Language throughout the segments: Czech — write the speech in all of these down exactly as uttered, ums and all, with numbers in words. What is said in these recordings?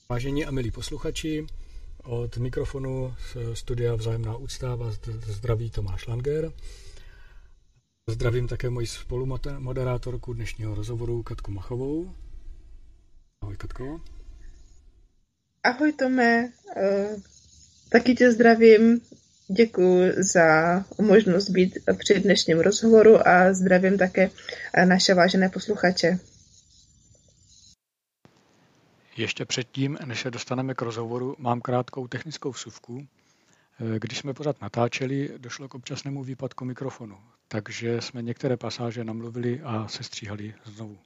Vážení a milí posluchači, od mikrofonu z studia Vzájemná úcta vás zdraví Tomáš Langer. Zdravím také moji spolumoderátorku dnešního rozhovoru Katku Machovou. Ahoj, Katko. Ahoj, Tome. Taky tě zdravím. Děkuji za možnost být při dnešním rozhovoru a zdravím také naše vážené posluchače. Ještě předtím, než se dostaneme k rozhovoru, mám krátkou technickou vsuvku. Když jsme pořád natáčeli, došlo k občasnému výpadku mikrofonu, takže jsme některé pasáže namluvili a sestříhali znovu.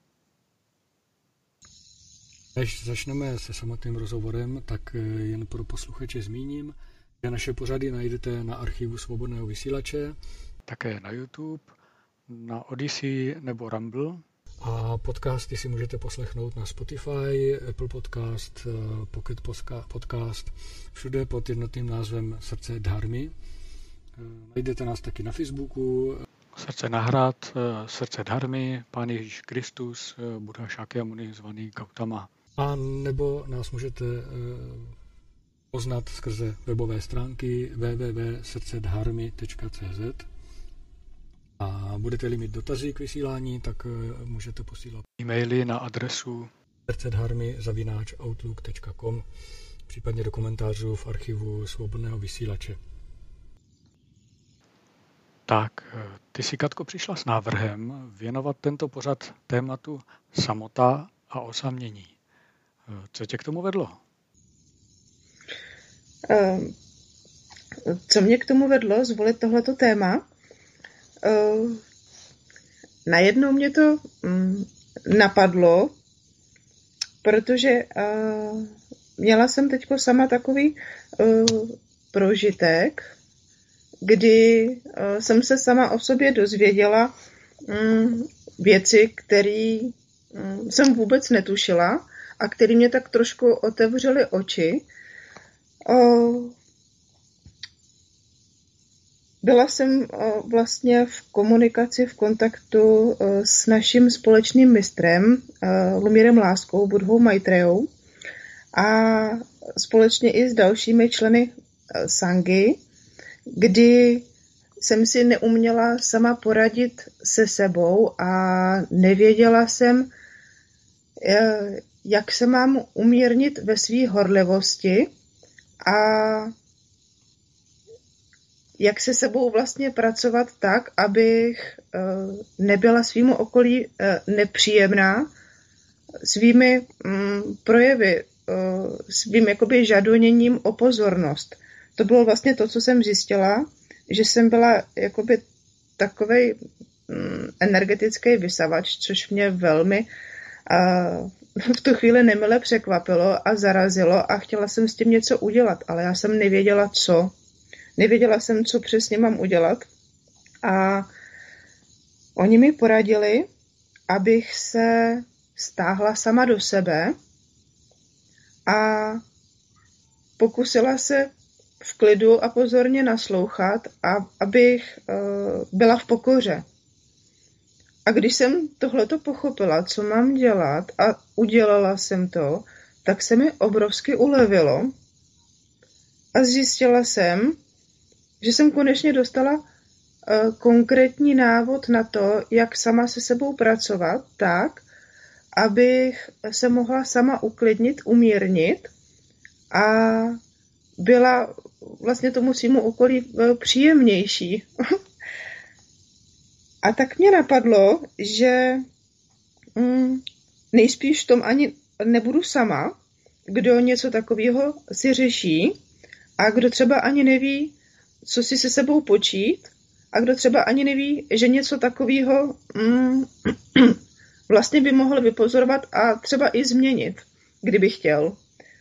Než začneme se samotným rozhovorem, tak jen pro posluchače zmíním, že naše pořady najdete na archivu Svobodného vysílače, také na YouTube, na Odyssey nebo Rumble. A podcasty si můžete poslechnout na Spotify, Apple Podcast, Pocket Podcast, všude pod jednotným názvem Srdce Dharmy. Najdete nás taky na Facebooku. Srdce Nahrad, Srdce Dharmy, Pán Ježíš Kristus, Buddha Shakyamuni zvaný Gautama. A nebo nás můžete poznat skrze webové stránky w w w tečka srdce dharmy tečka c z. A budete-li mít dotazy k vysílání, tak můžete posílat e-maily na adresu srdcedharmy zavináč outlook tečka com, případně do komentářů v archivu Svobodného vysílače. Tak, ty si, Katko, přišla s návrhem věnovat tento pořad tématu samota a osamění. Co tě k tomu vedlo? Co mě k tomu vedlo zvolit tohleto téma? Uh, najednou mě to um, napadlo, protože uh, měla jsem teďko sama takový uh, prožitek, kdy uh, jsem se sama o sobě dozvěděla um, věci, které um, jsem vůbec netušila a které mě tak trošku otevřely oči. Uh, Byla jsem vlastně v komunikaci, v kontaktu s naším společným mistrem Lumírem Láskou, Budhou Maitrejou a společně i s dalšími členy Sangy, kdy jsem si neuměla sama poradit se sebou a nevěděla jsem, jak se mám umírnit ve své horlivosti a jak se sebou vlastně pracovat tak, abych uh, nebyla svýmu okolí uh, nepříjemná svými um, projevy, uh, svým jakoby žadoněním o pozornost. To bylo vlastně to, co jsem zjistila, že jsem byla jakoby takovej um, energetický vysavač, což mě velmi uh, v tu chvíli nemile překvapilo a zarazilo a chtěla jsem s tím něco udělat, ale já jsem nevěděla, co. Nevěděla jsem, co přesně mám udělat a oni mi poradili, abych se stáhla sama do sebe a pokusila se v klidu a pozorně naslouchat, a abych uh, byla v pokoře. A když jsem tohleto pochopila, co mám dělat a udělala jsem to, tak se mi obrovsky ulevilo a zjistila jsem, že jsem konečně dostala uh, konkrétní návod na to, jak sama se sebou pracovat tak, abych se mohla sama uklidnit, umírnit a byla vlastně tomu svýmu okolí uh, příjemnější. A tak mě napadlo, že um, nejspíš v tom ani nebudu sama, kdo něco takového si řeší a kdo třeba ani neví, co si se sebou počít a kdo třeba ani neví, že něco takového mm, vlastně by mohl vypozorovat a třeba i změnit, kdyby chtěl.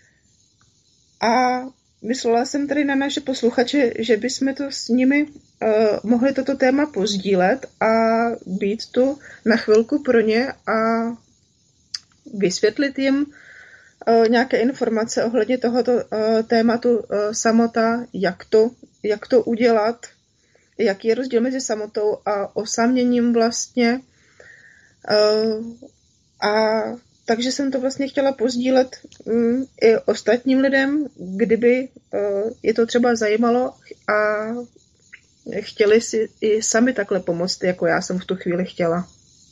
A myslela jsem tady na naše posluchače, že bychom to s nimi uh, mohli toto téma pozdílet a být tu na chvilku pro ně a vysvětlit jim uh, nějaké informace ohledně tohoto uh, tématu uh, samota, jak to jak to udělat, jaký je rozdíl mezi samotou a osaměním vlastně. A takže jsem to vlastně chtěla pozdílet um, i ostatním lidem, kdyby uh, je to třeba zajímalo a chtěli si i sami takhle pomoct, jako já jsem v tu chvíli chtěla.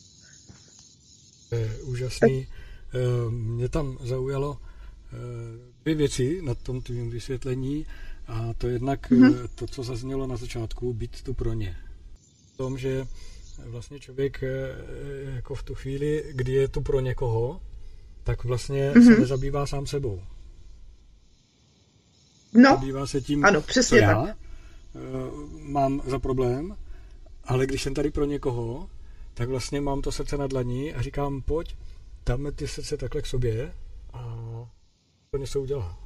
Je úžasný. Mě tam zaujalo dvě věci na tom tvým vysvětlení a to jednak mm-hmm. to, co zaznělo na začátku, být tu pro ně. V tom, že vlastně člověk jako v tu chvíli, kdy je tu pro někoho, tak vlastně mm-hmm. se nezabývá sám sebou. No, zabývá se tím, ano, přesně co já tak. mám za problém, ale když jsem tady pro někoho, tak vlastně mám to srdce na dlani a říkám, pojď, dáme ty srdce takhle k sobě a to něco udělá.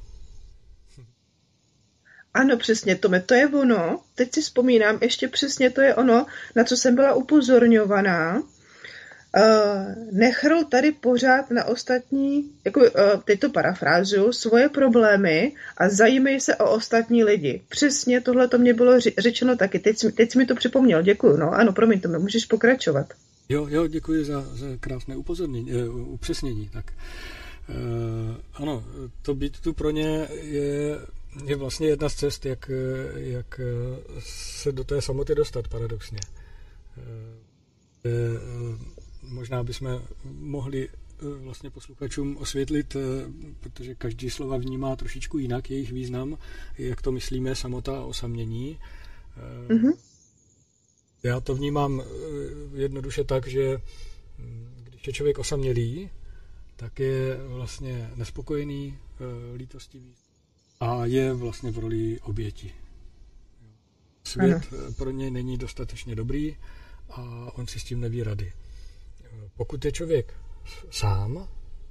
Ano, přesně, Tome, to je ono. Teď si vzpomínám, ještě přesně to je ono, na co jsem byla upozorňovaná. Uh, nechrl tady pořád na ostatní, jako uh, teď to parafrázuju, svoje problémy a zajímej se o ostatní lidi. Přesně tohle to mě bylo řečeno taky. Teď, teď jsi mi to připomněl, děkuju. No ano, promiň, Tome, můžeš pokračovat. Jo, jo, děkuji za, za krásné upozornění, uh, upřesnění. Tak. Uh, ano, to být tu pro ně je, je vlastně jedna z cest, jak, jak se do té samoty dostat, paradoxně. Uh, je, uh, možná bychom mohli vlastně posluchačům osvětlit, protože každý slova vnímá trošičku jinak jejich význam, jak to myslíme, samota a osamění. Mm-hmm. Já to vnímám jednoduše tak, že když je člověk osamělý, tak je vlastně nespokojený, lítostivý a je vlastně v roli oběti. Svět ano. pro něj není dostatečně dobrý a on si s tím neví rady. Pokud je člověk sám,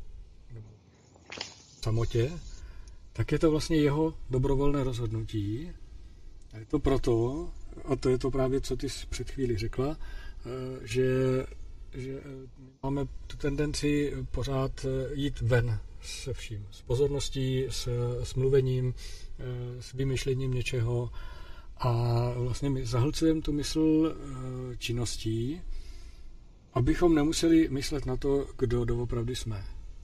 v samotě, tak je to vlastně jeho dobrovolné rozhodnutí. A je to proto, a to je to právě, co ty jsi před chvíli řekla, že, že máme tu tendenci pořád jít ven se vším. S pozorností, s, s mluvením, s vymyšlením něčeho a vlastně my zahlcujeme tu mysl činností, abychom nemuseli myslet na to, kdo doopravdy jsme.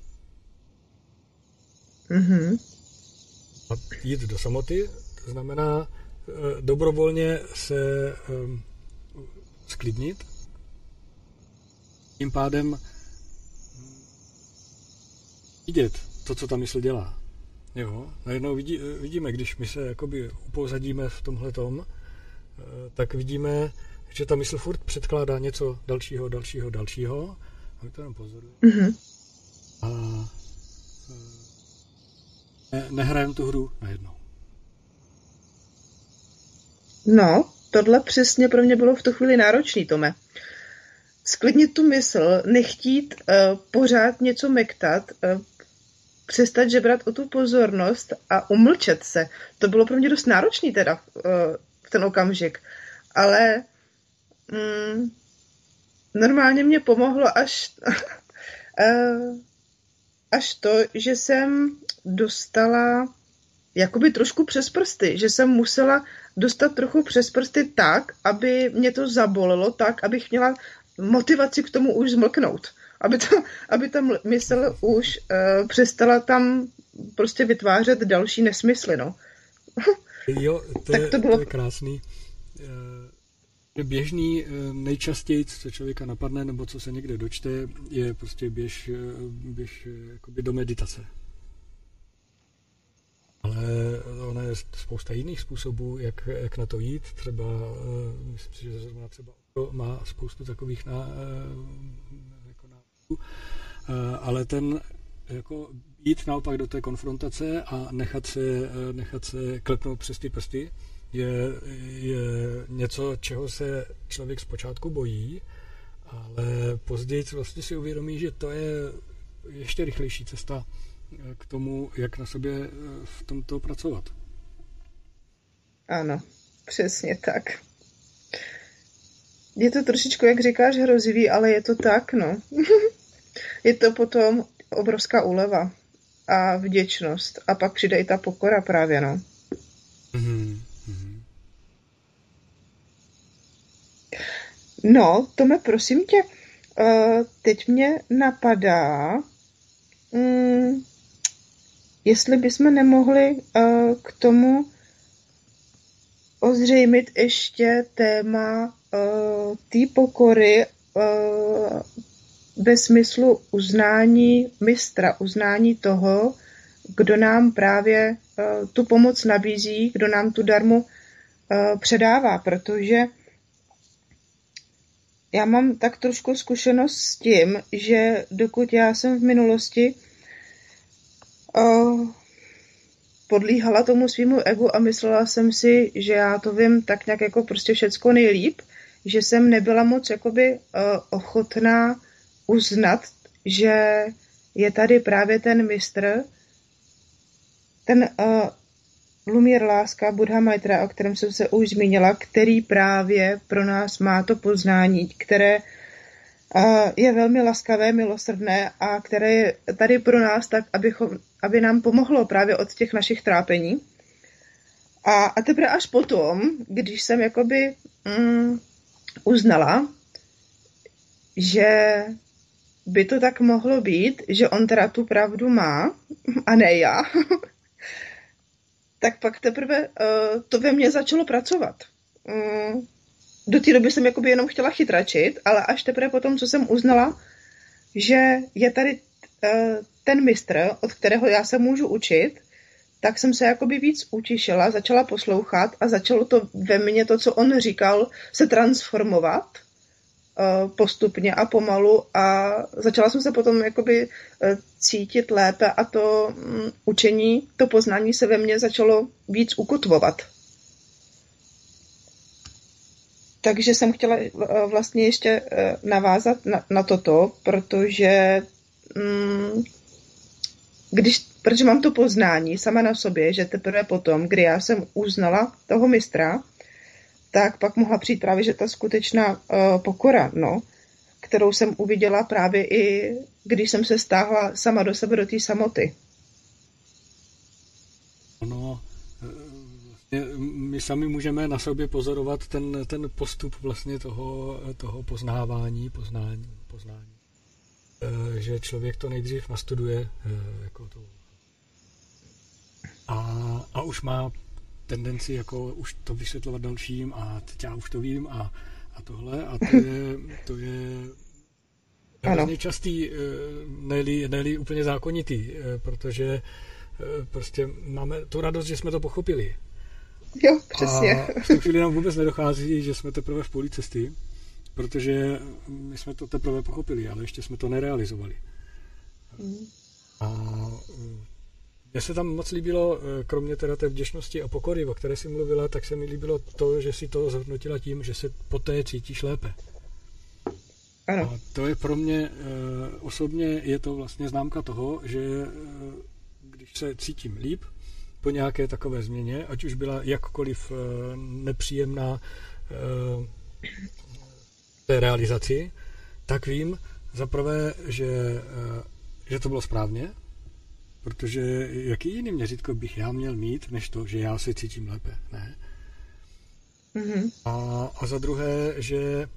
Mm-hmm. A jít do samoty, to znamená e, dobrovolně se e, sklidnit. Tím pádem vidět to, co ta mysl dělá. Jo? Najednou vidí, vidíme, když my se jakoby upozadíme v tomhletom, e, tak vidíme, že ta mysl furt předkládá něco dalšího, dalšího, dalšího a my to jenom pozorujeme. Mm-hmm. A ne, nehrajeme tu hru najednou. No, tohle přesně pro mě bylo v tu chvíli náročný, Tome. Sklidnit tu mysl, nechtít uh, pořád něco mektat, uh, přestat žebrat o tu pozornost a umlčet se. To bylo pro mě dost náročný teda uh, v ten okamžik. Ale Mm, normálně mě pomohlo až, až to, že jsem dostala jakoby trošku přes prsty, že jsem musela dostat trochu přes prsty tak, aby mě to zabolelo, tak, abych měla motivaci k tomu už zmlknout. Aby, to, aby ta mysl už uh, přestala tam prostě vytvářet další nesmysly, no. Jo, to, tak je, to, bylo... to je krásný. Je běžný, nejčastěji, co člověka napadne, nebo co se někde dočte, je prostě běž, běž jakoby do meditace. Ale ono je spousta jiných způsobů, jak, jak na to jít. Třeba, myslím si, že zrovna třeba má spoustu takových na, jako návodů, ale ten jako jít naopak do té konfrontace a nechat se, nechat se klepnout přes ty prsty, Je, je něco, čeho se člověk zpočátku bojí, ale později vlastně si uvědomí, že to je ještě rychlejší cesta k tomu, jak na sobě v tomto pracovat. Ano, přesně tak. Je to trošičku, jak říkáš, hrozivý, ale je to tak, no. Je to potom obrovská úleva a vděčnost. A pak přijde i ta pokora právě, no. Mm-hmm. No, Tome, prosím tě, teď mě napadá, mm, jestli bychom nemohli uh, k tomu ozřejmit ještě téma uh, té pokory uh, ve smyslu uznání mistra, uznání toho, kdo nám právě uh, tu pomoc nabízí, kdo nám tu darmu uh, předává, protože já mám tak trošku zkušenost s tím, že dokud já jsem v minulosti uh, podlíhala tomu svýmu egu a myslela jsem si, že já to vím tak nějak jako prostě všecko nejlíp, že jsem nebyla moc jakoby uh, ochotná uznat, že je tady právě ten mistr, ten uh, Lumír Láska, Buddha Maitra, o kterém jsem se už zmínila, který právě pro nás má to poznání, které uh, je velmi laskavé, milosrdné a které je tady pro nás tak, abychom, aby nám pomohlo právě od těch našich trápení. A, a teprve až potom, když jsem jakoby mm, uznala, že by to tak mohlo být, že on teda tu pravdu má a ne já, tak pak teprve uh, to ve mně začalo pracovat. Um, do té doby jsem jakoby jenom chtěla chytračit, ale až teprve potom, co jsem uznala, že je tady uh, ten mistr, od kterého já se můžu učit, tak jsem se jakoby víc utišila, začala poslouchat a začalo to ve mně, to, co on říkal, se transformovat uh, postupně a pomalu a začala jsem se potom jakoby uh, cítit lépe a to um, učení, to poznání se ve mně začalo víc ukotvovat. Takže jsem chtěla uh, vlastně ještě uh, navázat na, na toto, protože um, když, protože mám to poznání sama na sobě, že teprve potom, kdy já jsem uznala toho mistra, tak pak mohla přijít právě, že ta skutečná uh, pokora, no, kterou jsem uviděla právě i, když jsem se stáhla sama do sebe, do té samoty. No, vlastně my sami můžeme na sobě pozorovat ten, ten postup vlastně toho, toho poznávání, poznání, poznání. Že člověk to nejdřív nastuduje jako to. A, a už má tendenci jako už to vysvětlovat dalším a teď já už to vím a, a tohle a to je, to je hrozně častý, ne-li, ne-li úplně zákonitý, protože prostě máme tu radost, že jsme to pochopili. Jo, přesně. A v tu chvíli nám vůbec nedochází, že jsme teprve v půli cesty, protože my jsme to teprve pochopili, ale ještě jsme to nerealizovali. Mm. A mně se tam moc líbilo, kromě teda té vděčnosti a pokory, o které jsi mluvila, tak se mi líbilo to, že si to zhodnotila tím, že se poté cítíš lépe. Ano. A to je pro mě osobně, je to vlastně známka toho, že když se cítím líp po nějaké takové změně, ať už byla jakkoliv nepříjemná té realizaci, tak vím zaprvé, že, že to bylo správně, protože jaký jiný měřítko bych já měl mít, než to, že já se cítím lépe, ne? Mm-hmm. A, a za druhé, že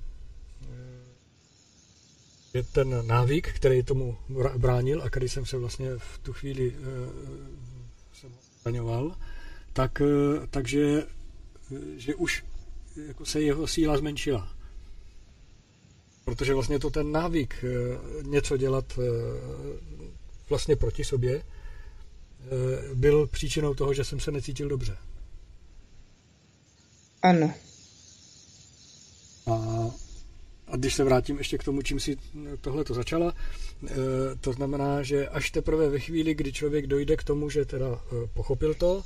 je ten návyk, který tomu bránil a který jsem se vlastně v tu chvíli jsem zbraňoval, tak, takže že už jako se jeho síla zmenšila. Protože vlastně to ten návyk něco dělat vlastně proti sobě byl příčinou toho, že jsem se necítil dobře. Ano. A, a když se vrátím ještě k tomu, čím si tohle to začala, to znamená, že až teprve ve chvíli, kdy člověk dojde k tomu, že teda pochopil to,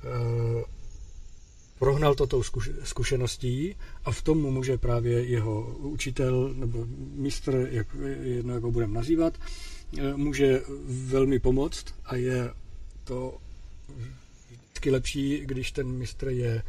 prohnal to tou zkušeností a v tom mu může právě jeho učitel nebo mistr, jak, jedno jako budeme nazývat, může velmi pomoct a je to vždycky lepší, když ten mistr je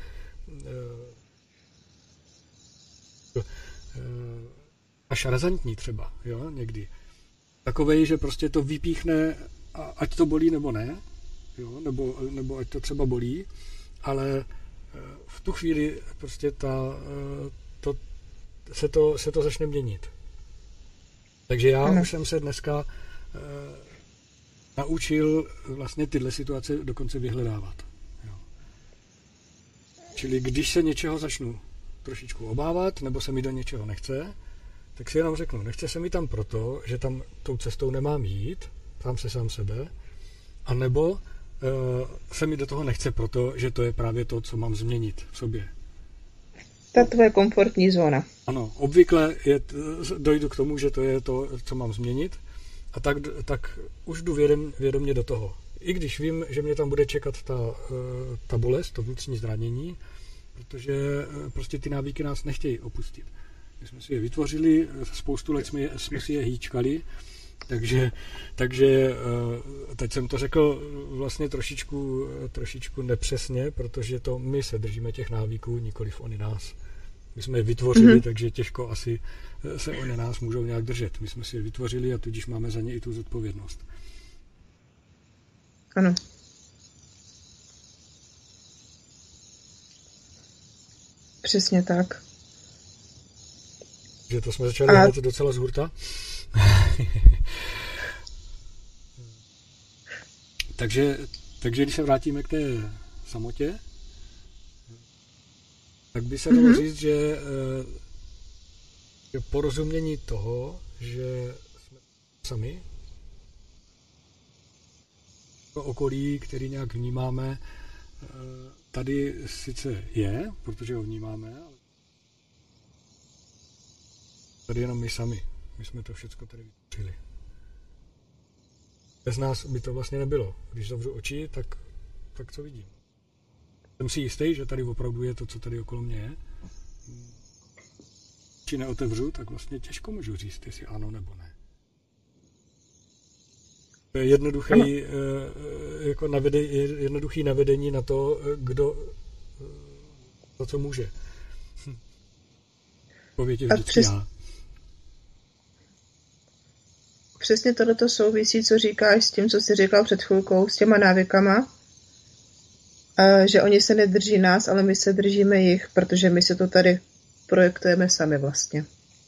až razantní třeba, jo, někdy. Takovej, že prostě to vypíchne, ať to bolí nebo ne, jo, nebo, nebo ať to třeba bolí, ale v tu chvíli prostě ta, to, se, to, se to začne měnit. Takže já ano. už jsem se dneska naučil vlastně tyhle situace dokonce vyhledávat. Jo. Čili když se něčeho začnu trošičku obávat, nebo se mi do něčeho nechce, tak si jenom řeknu, nechce se mi tam proto, že tam tou cestou nemám jít, ptám se sám sebe, anebo uh, se mi do toho nechce proto, že to je právě to, co mám změnit v sobě. Ta tvoje komfortní zóna. Ano, obvykle je, dojdu k tomu, že to je to, co mám změnit, a tak, tak už jdu vědom, vědomě do toho. I když vím, že mě tam bude čekat ta, ta bolest, to vnitřní zranění, protože prostě ty návyky nás nechtějí opustit. My jsme si je vytvořili, spoustu let jsme, je, jsme si je hýčkali, takže, takže teď jsem to řekl vlastně trošičku, trošičku nepřesně, protože to my se držíme těch návyků, nikoliv oni nás. My jsme je vytvořili, mm-hmm. takže těžko asi se oni nás můžou nějak držet. My jsme si je vytvořili a tudíž máme za ně i tu zodpovědnost. Ano. Přesně tak. Že to jsme začali hned docela z hurta. takže, takže když se vrátíme k té samotě, tak by se dalo mm-hmm. říct, že, že porozumění toho, že jsme sami, to okolí, který nějak vnímáme, tady sice je, protože ho vnímáme, ale tady jenom my sami. My jsme to všechno tady vytvořili. Bez nás by to vlastně nebylo. Když zavřu oči, tak, tak co vidím? Jsem si jistý, že tady opravdu je to, co tady okolo mě je. Či neotevřu, tak vlastně těžko můžu říct, jestli ano nebo ne. To je jednoduchý, jako navede, jednoduchý navedení na to, kdo to, co může. Pověď je vždycky přes... já. Přesně tohleto souvisí, co říkáš s tím, co jsi říkal před chvilkou, s těma návykama, že oni se nedrží nás, ale my se držíme jich, protože my se to tady projektujeme sami vlastně.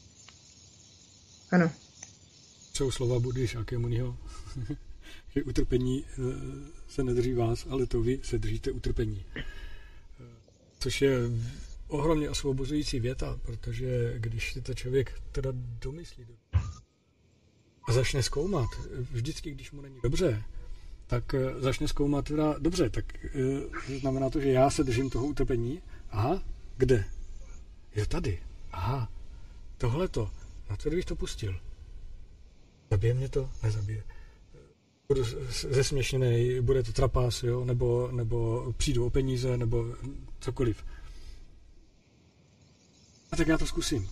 Ano. Jsou slova Buddhy Šakyamuniho, že utrpení se nedrží vás, ale to vy se držíte utrpení. Což je ohromně osvobozující věta, protože když si to člověk teda domyslí a začne zkoumat, vždycky, když mu není dobře, tak začne zkoumat teda dobře, tak znamená to, že já se držím toho utrpení. Aha, kde? Je tady. Aha, tohleto. Na co kdybych to pustil? Zabije mě to? Nezabije. Budu zesměšněnej, bude to trapas, jo? Nebo, nebo přijdu o peníze, nebo cokoliv. A tak já to zkusím.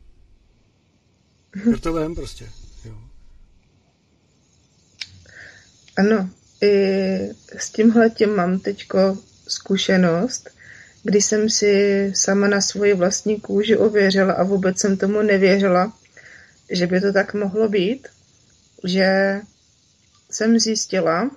To vem prostě. Jo. Ano, i s tímhletím mám teďko zkušenost, kdy jsem si sama na svoji vlastní kůži ověřila a vůbec jsem tomu nevěřila, že by to tak mohlo být, že jsem zjistila,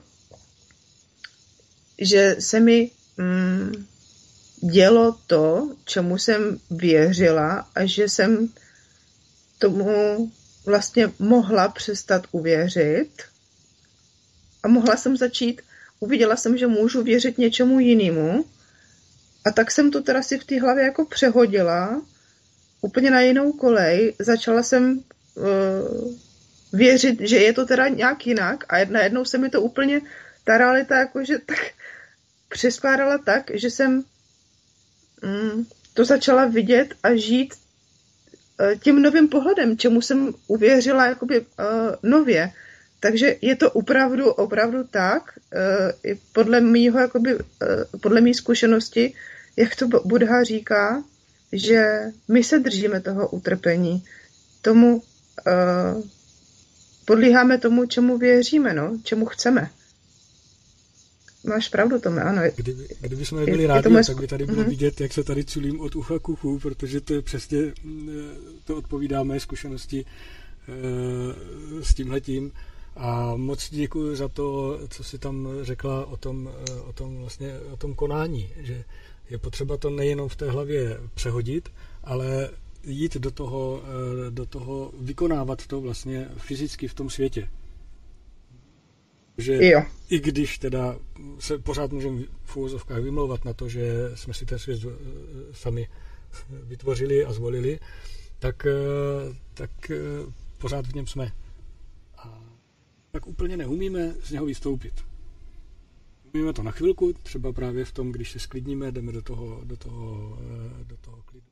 že se mi mm, dělo to, čemu jsem věřila a že jsem tomu vlastně mohla přestat uvěřit a mohla jsem začít, uviděla jsem, že můžu věřit něčemu jinému a tak jsem to teda si v té hlavě jako přehodila úplně na jinou kolej. Začala jsem uh, věřit, že je to teda nějak jinak a najednou se mi to úplně, ta realita jakože tak přeskládala tak, že jsem mm, to začala vidět a žít uh, tím novým pohledem, čemu jsem uvěřila jakoby uh, nově. Takže je to opravdu, opravdu tak, uh, podle mýho, jakoby, uh, podle mý zkušenosti, jak to Buddha říká, že my se držíme toho utrpení, tomu uh, podlíháme tomu, čemu věříme, no, čemu chceme. Máš pravdu, Tome, ano. Kdyby, kdyby jsme nebyli rádi, moje... tak by tady bylo uh-huh. vidět, jak se tady culím od ucha k uchu, protože to je přesně, to odpovídá mé zkušenosti uh, s tímhletím. A moc děkuji za to, co jsi tam řekla o tom, o tom, vlastně, o tom konání, že je potřeba to nejenom v té hlavě přehodit, ale jít do toho, do toho vykonávat to vlastně fyzicky v tom světě. že jo. I když teda se pořád můžeme v úvozovkách vymlouvat na to, že jsme si ten svět sami vytvořili a zvolili, tak, tak pořád v něm jsme. A tak úplně neumíme z něho vystoupit. Umíme to na chvilku, třeba právě v tom, když se sklidníme, jdeme do toho, do toho, do toho klidu.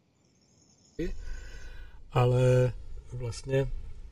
Ale vlastně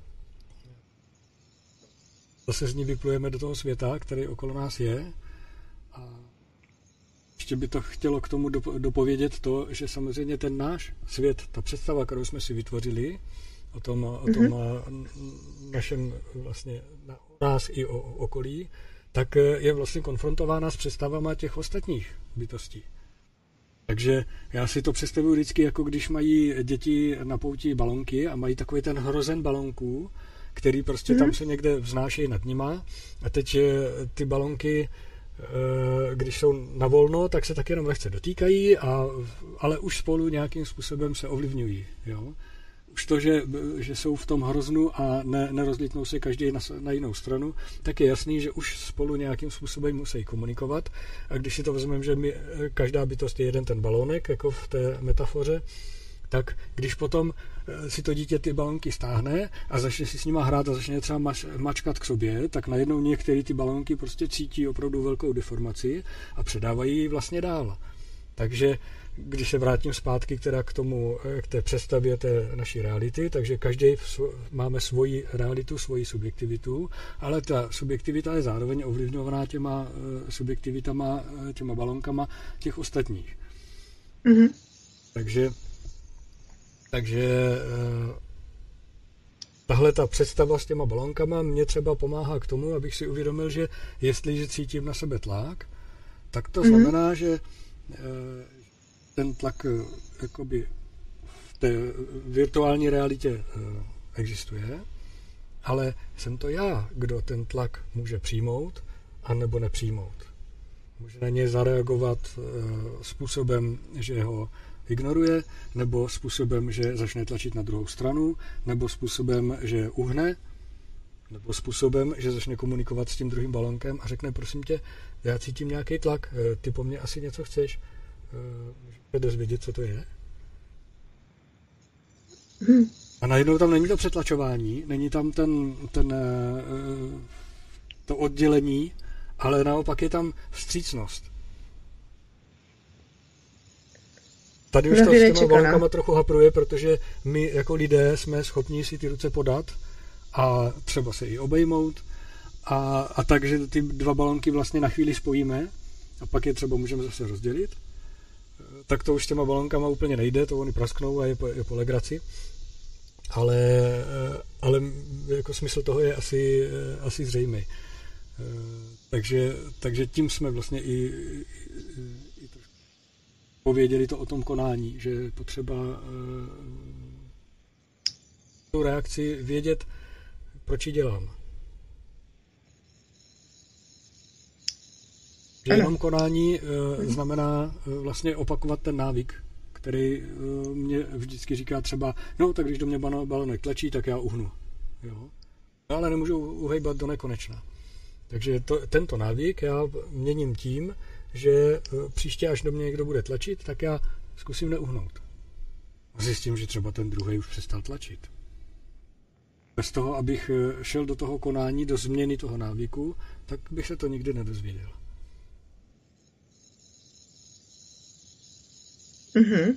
zase z ní vyplujeme do toho světa, který okolo nás je. A ještě by to chtělo k tomu dopovědět to, že samozřejmě ten náš svět, ta představa, kterou jsme si vytvořili, o tom, o tom mm-hmm. našem vlastně na nás i o okolí, tak je vlastně konfrontována s představama těch ostatních bytostí. Takže já si to představuji vždycky, jako když mají děti na pouti balonky a mají takový ten hrozen balonků, který prostě mm. tam se někde vznášejí nad nima a teď ty balonky, když jsou na volno, tak se tak jenom lehce dotýkají, a, ale už spolu nějakým způsobem se ovlivňují. Jo? Už to, že, že jsou v tom hroznu a ne, nerozlítnou se každý na, na jinou stranu, tak je jasný, že už spolu nějakým způsobem musí komunikovat. A když si to vezmeme, že my, každá bytost je jeden ten balónek, jako v té metafoře, tak když potom si to dítě ty balonky stáhne a začne si s nima hrát a začne třeba mač, mačkat k sobě, tak najednou některé ty balonky prostě cítí opravdu velkou deformaci a předávají ji vlastně dál. Takže když se vrátím zpátky teda k tomu, k té představě té naší reality, takže každý máme svoji realitu, svoji subjektivitu, ale ta subjektivita je zároveň ovlivňovaná těma subjektivitama, těma balonkama těch ostatních. Mm-hmm. Takže takže tahle ta představa s těma balonkama mě třeba pomáhá k tomu, abych si uvědomil, že jestliže cítím na sebe tlak, tak to mm-hmm. znamená, že ten tlak jakoby v té virtuální realitě existuje, ale jsem to já, kdo ten tlak může přijmout a nebo nepřijmout. Může na něj zareagovat způsobem, že ho ignoruje, nebo způsobem, že začne tlačit na druhou stranu, nebo způsobem, že uhne, nebo způsobem, že začne komunikovat s tím druhým balonkem a řekne, prosím tě, já cítím nějaký tlak, ty po mně asi něco chceš, můžete dozvědět, co to je? Hmm. A najednou tam není to přetlačování, není tam ten, ten, to oddělení, ale naopak je tam vstřícnost. Tady už to s těma balonkama trochu hapruje, protože my jako lidé jsme schopni si ty ruce podat a třeba se i obejmout a, a tak, že ty dva balonky vlastně na chvíli spojíme a pak je třeba můžeme zase rozdělit. Tak to už s těma balonkama úplně nejde, to oni prasknou a je po, je po legraci. Ale, ale jako smysl toho je asi, asi zřejmý. Takže, takže tím jsme vlastně i, i, i pověděli to o tom konání, že je potřeba uh, tu reakci vědět, proč ji dělám. Že jenom konání uh, znamená uh, vlastně opakovat ten návyk, který uh, mě vždycky říká třeba, no tak když do mě balonek tlačí, tak já uhnu. Jo? No, ale nemůžu uhejbat do nekonečna. Takže to, tento návyk já měním tím, že příště, až do mě někdo bude tlačit, tak já zkusím neuhnout. A zjistím, že třeba ten druhý už přestal tlačit. Bez toho, abych šel do toho konání, do změny toho návyku, tak bych se to nikdy nedozvěděl. Mm-hmm.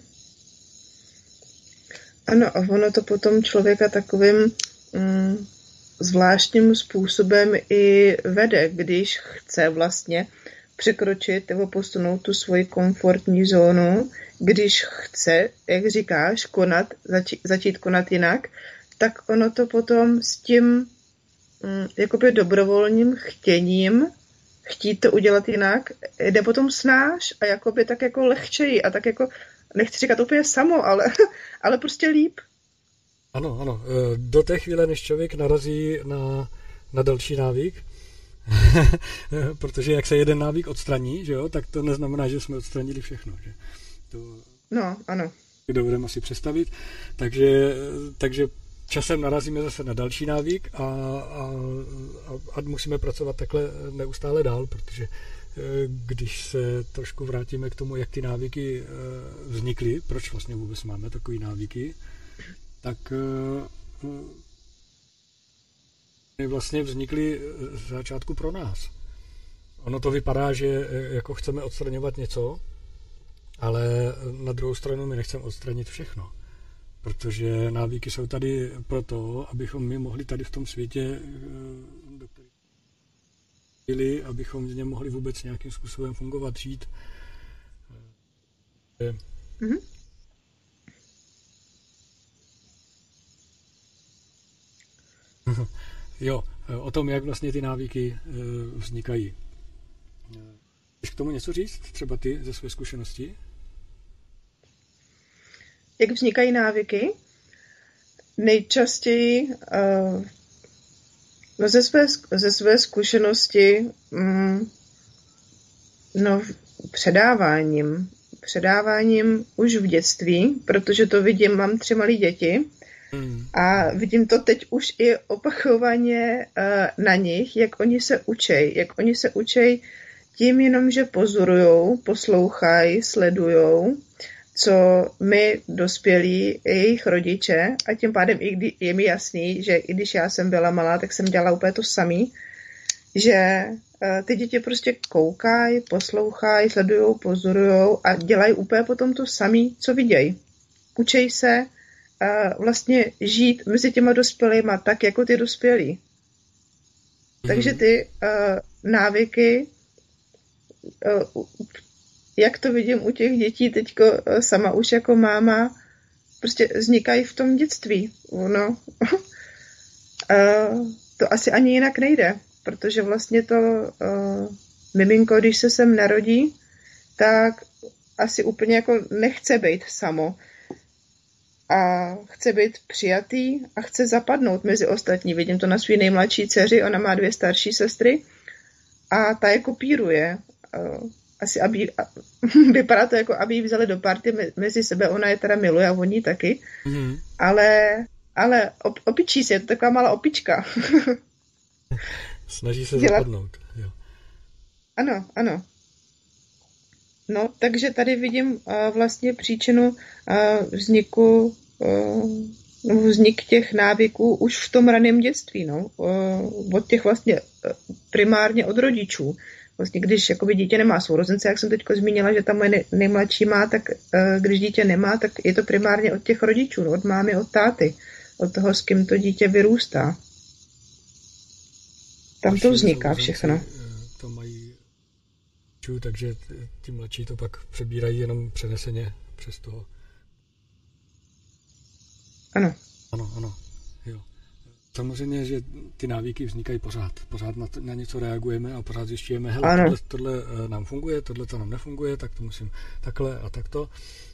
Ano, a ono to potom člověka takovým mm, zvláštním způsobem i vede, když chce vlastně překročit nebo posunout tu svoji komfortní zónu, když chce, jak říkáš, konat, začít, začít konat jinak, tak ono to potom s tím mm, jakoby dobrovolným chtěním chtít to udělat jinak, jde potom snáš a jakoby tak jako lehčeji a tak jako, nechci říkat úplně samo, ale, ale prostě líp. Ano, ano. Do té chvíle, než člověk narazí na, na další návyk, protože jak se jeden návyk odstraní, že jo, tak to neznamená, že jsme odstranili všechno. Že? To no, ano. dovedeme asi představit. Takže, takže časem narazíme zase na další návyk a, a, a musíme pracovat takhle neustále dál, protože když se trošku vrátíme k tomu, jak ty návyky vznikly, proč vlastně vůbec máme takové návyky, tak vlastně vznikly z začátku pro nás. Ono to vypadá, že jako chceme odstraňovat něco, ale na druhou stranu my nechceme odstranit všechno. Protože návyky jsou tady proto, abychom my mohli tady v tom světě, do kterého byli, abychom v něm mohli vůbec nějakým způsobem fungovat, žít. Mm-hmm. Jo, o tom, jak vlastně ty návyky vznikají. Chceš k tomu něco říct? Třeba ty ze své zkušenosti? Jak vznikají návyky? Nejčastěji uh, no ze, své, ze své zkušenosti um, no, předáváním. Předáváním už v dětství, protože to vidím, mám tři malé děti hmm. a vidím to teď už i opakovaně uh, na nich, jak oni se učej, jak oni se učej tím jenom, že pozorujou, poslouchají, sledujou, co my dospělí, jejich rodiče, a tím pádem i kdy, je mi jasný, že i když já jsem byla malá, tak jsem dělala úplně to samý, že uh, ty děti prostě koukají, poslouchají, sledujou, pozorujou a dělají úplně potom to samý, co vidějí. Učej se uh, vlastně žít mezi těma dospělýma tak, jako ty dospělí. Mm. Takže ty uh, návyky, uh, jak to vidím u těch dětí teďko uh, sama už jako máma, prostě vznikají v tom dětství. No. uh, to asi ani jinak nejde. Protože vlastně to uh, miminko, když se sem narodí, tak asi úplně jako nechce být samo. A chce být přijatý a chce zapadnout mezi ostatní. Vidím to na svý nejmladší dceři, ona má dvě starší sestry a ta je kopíruje. Uh, asi aby, a, vypadá to jako, aby ji vzali do party me, mezi sebe, ona je teda miluje a oni taky. Mm. Ale, ale op, opičí se, je to taková malá opička. Snaží se dělat... zapadnout. Jo. Ano, ano. No, takže tady vidím uh, vlastně příčinu uh, vzniku, uh, vznik těch návyků už v tom raném dětství, no. Uh, od těch vlastně uh, primárně od rodičů. Vlastně když jakoby dítě nemá sourozence, jak jsem teďko zmínila, že ta moje nej, nejmladší má, tak uh, když dítě nemá, tak je to primárně od těch rodičů, no, od mámy, od táty, od toho, s kým to dítě vyrůstá. Tam to vzniká všechno. To mají, takže ti mladší to pak přebírají jenom přeneseně přes toho. Ano. Ano, ano. Jo. Samozřejmě, že ty návyky vznikají pořád. Pořád na, to, na něco reagujeme a pořád zjišťujeme, hele, tohle, tohle nám funguje, tohle to nám nefunguje, tak to musím takhle a takto.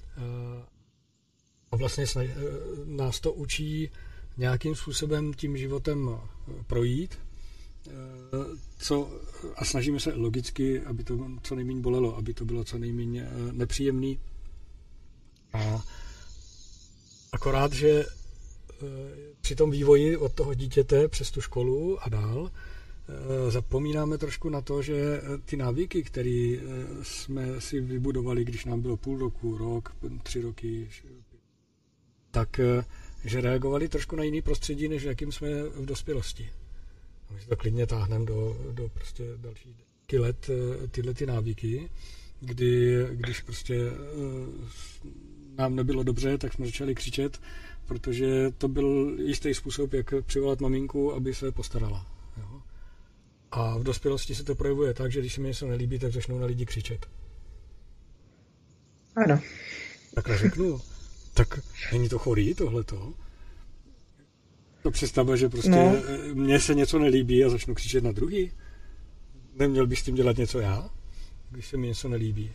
A vlastně snaž, nás to učí nějakým způsobem tím životem projít, co, a snažíme se logicky, aby to co nejméně bolelo, aby to bylo co nejméně nepříjemný. A akorát, že při tom vývoji od toho dítěte přes tu školu a dál zapomínáme trošku na to, že ty návyky, které jsme si vybudovali, když nám bylo půl roku, rok, tři roky, tak že reagovali trošku na jiný prostředí, než jakým jsme v dospělosti. My si to klidně táhneme do, do prostě dalších let tyhle ty návyky, kdy, když prostě nám nebylo dobře, tak jsme začali křičet, protože to byl jistý způsob, jak přivolat maminku, aby se postarala. Jo? A v dospělosti se to projevuje tak, že když se mi něco nelíbí, tak začnou na lidi křičet. Ano. Takhle řeknu. Tak není to chorý, tohleto? To představa, že prostě no. Mně se něco nelíbí a začnu křičet na druhý? Neměl bych s tím dělat něco já, když se mi něco nelíbí?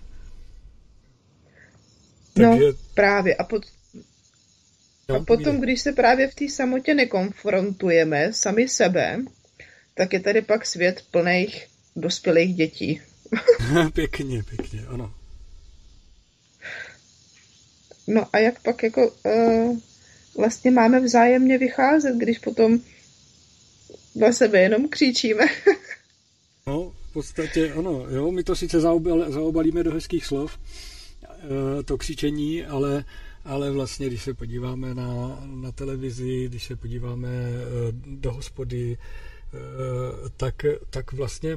Takže... No, právě. A, pot... no, a potom, když se právě v té samotě nekonfrontujeme sami sebe, tak je tady pak svět plných dospělých dětí. Pěkně, pěkně, ano. No a jak pak jako uh, vlastně máme vzájemně vycházet, když potom na sebe jenom křičíme. No, v podstatě ano, jo, my to sice zaobal, zaobalíme do hezkých slov, to křičení, ale, ale vlastně, když se podíváme na, na televizi, když se podíváme do hospody, tak, tak vlastně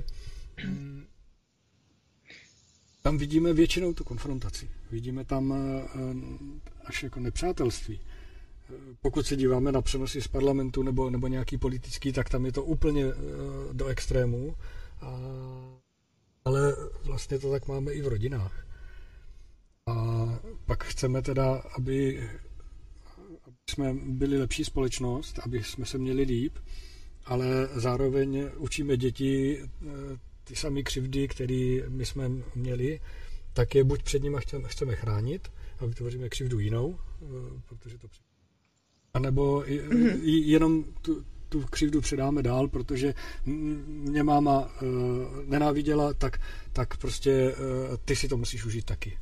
tam vidíme většinou tu konfrontaci. Vidíme tam až jako nepřátelství. Pokud se díváme na přenosy z parlamentu nebo, nebo nějaký politický, tak tam je to úplně do extrému. A, ale vlastně to tak máme i v rodinách. A pak chceme teda, aby, aby jsme byli lepší společnost, aby jsme se měli líp, ale zároveň učíme děti ty samé křivdy, které my jsme měli, tak je buď před nimi chceme, chceme chránit a vytvoříme křivdu jinou, protože to a nebo mm-hmm. jenom tu, tu křivdu předáme dál, protože mě máma uh, nenáviděla, tak, tak prostě uh, ty si to musíš užít taky.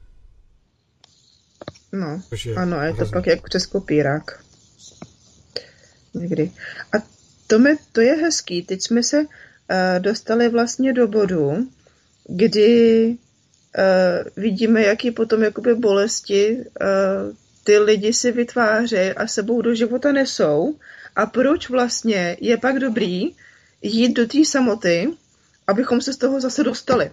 No, ano, je to pak jak přes kopírák. Někdy. A to, mi, to je hezký. Teď jsme se uh, dostali vlastně do bodu, kdy uh, vidíme, jaký potom jakoby bolesti uh, ty lidi si vytvářejí a sebou do života nesou a proč vlastně je pak dobrý jít do té samoty, abychom se z toho zase dostali.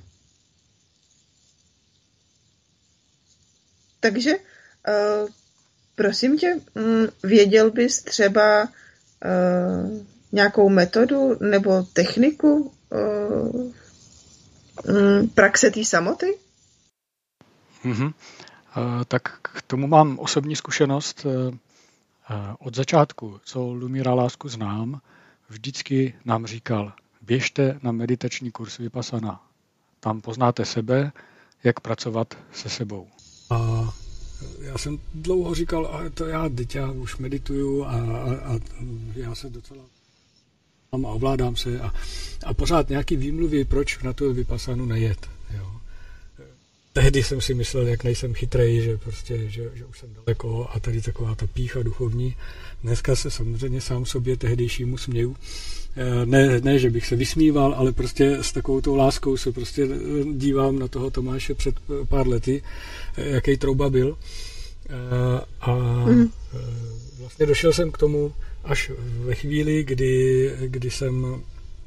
Takže uh, prosím tě, um, věděl bys třeba uh, nějakou metodu nebo techniku uh, um, praxe té samoty? Mm-hmm. Tak k tomu mám osobní zkušenost. Od začátku, co Lumíra Lásku znám, vždycky nám říkal, běžte na meditační kurz Vipassana. Tam poznáte sebe, jak pracovat se sebou. A já jsem dlouho říkal, a to já, teď já už medituju a, a, a já se docela mám a ovládám se a, a pořád nějaký výmluvy, proč na tu Vipassanu nejet. Jo. Tehdy jsem si myslel, jak nejsem chytrej, že prostě, že, že už jsem daleko a tady taková ta pýcha duchovní. Dneska se samozřejmě sám sobě tehdejšímu směju. Ne, ne, že bych se vysmíval, ale prostě s takovou tou láskou se prostě dívám na toho Tomáše před pár lety, jaký trouba byl. A mm. vlastně došel jsem k tomu až ve chvíli, kdy, kdy jsem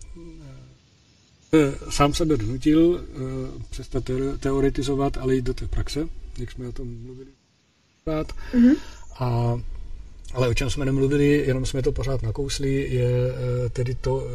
sám sebe donutil uh, přestat teoretizovat, ale jít do té praxe, jak jsme o tom mluvili. Mm-hmm. A, ale o čem jsme nemluvili, jenom jsme to pořád nakousli, je uh, tedy to, uh,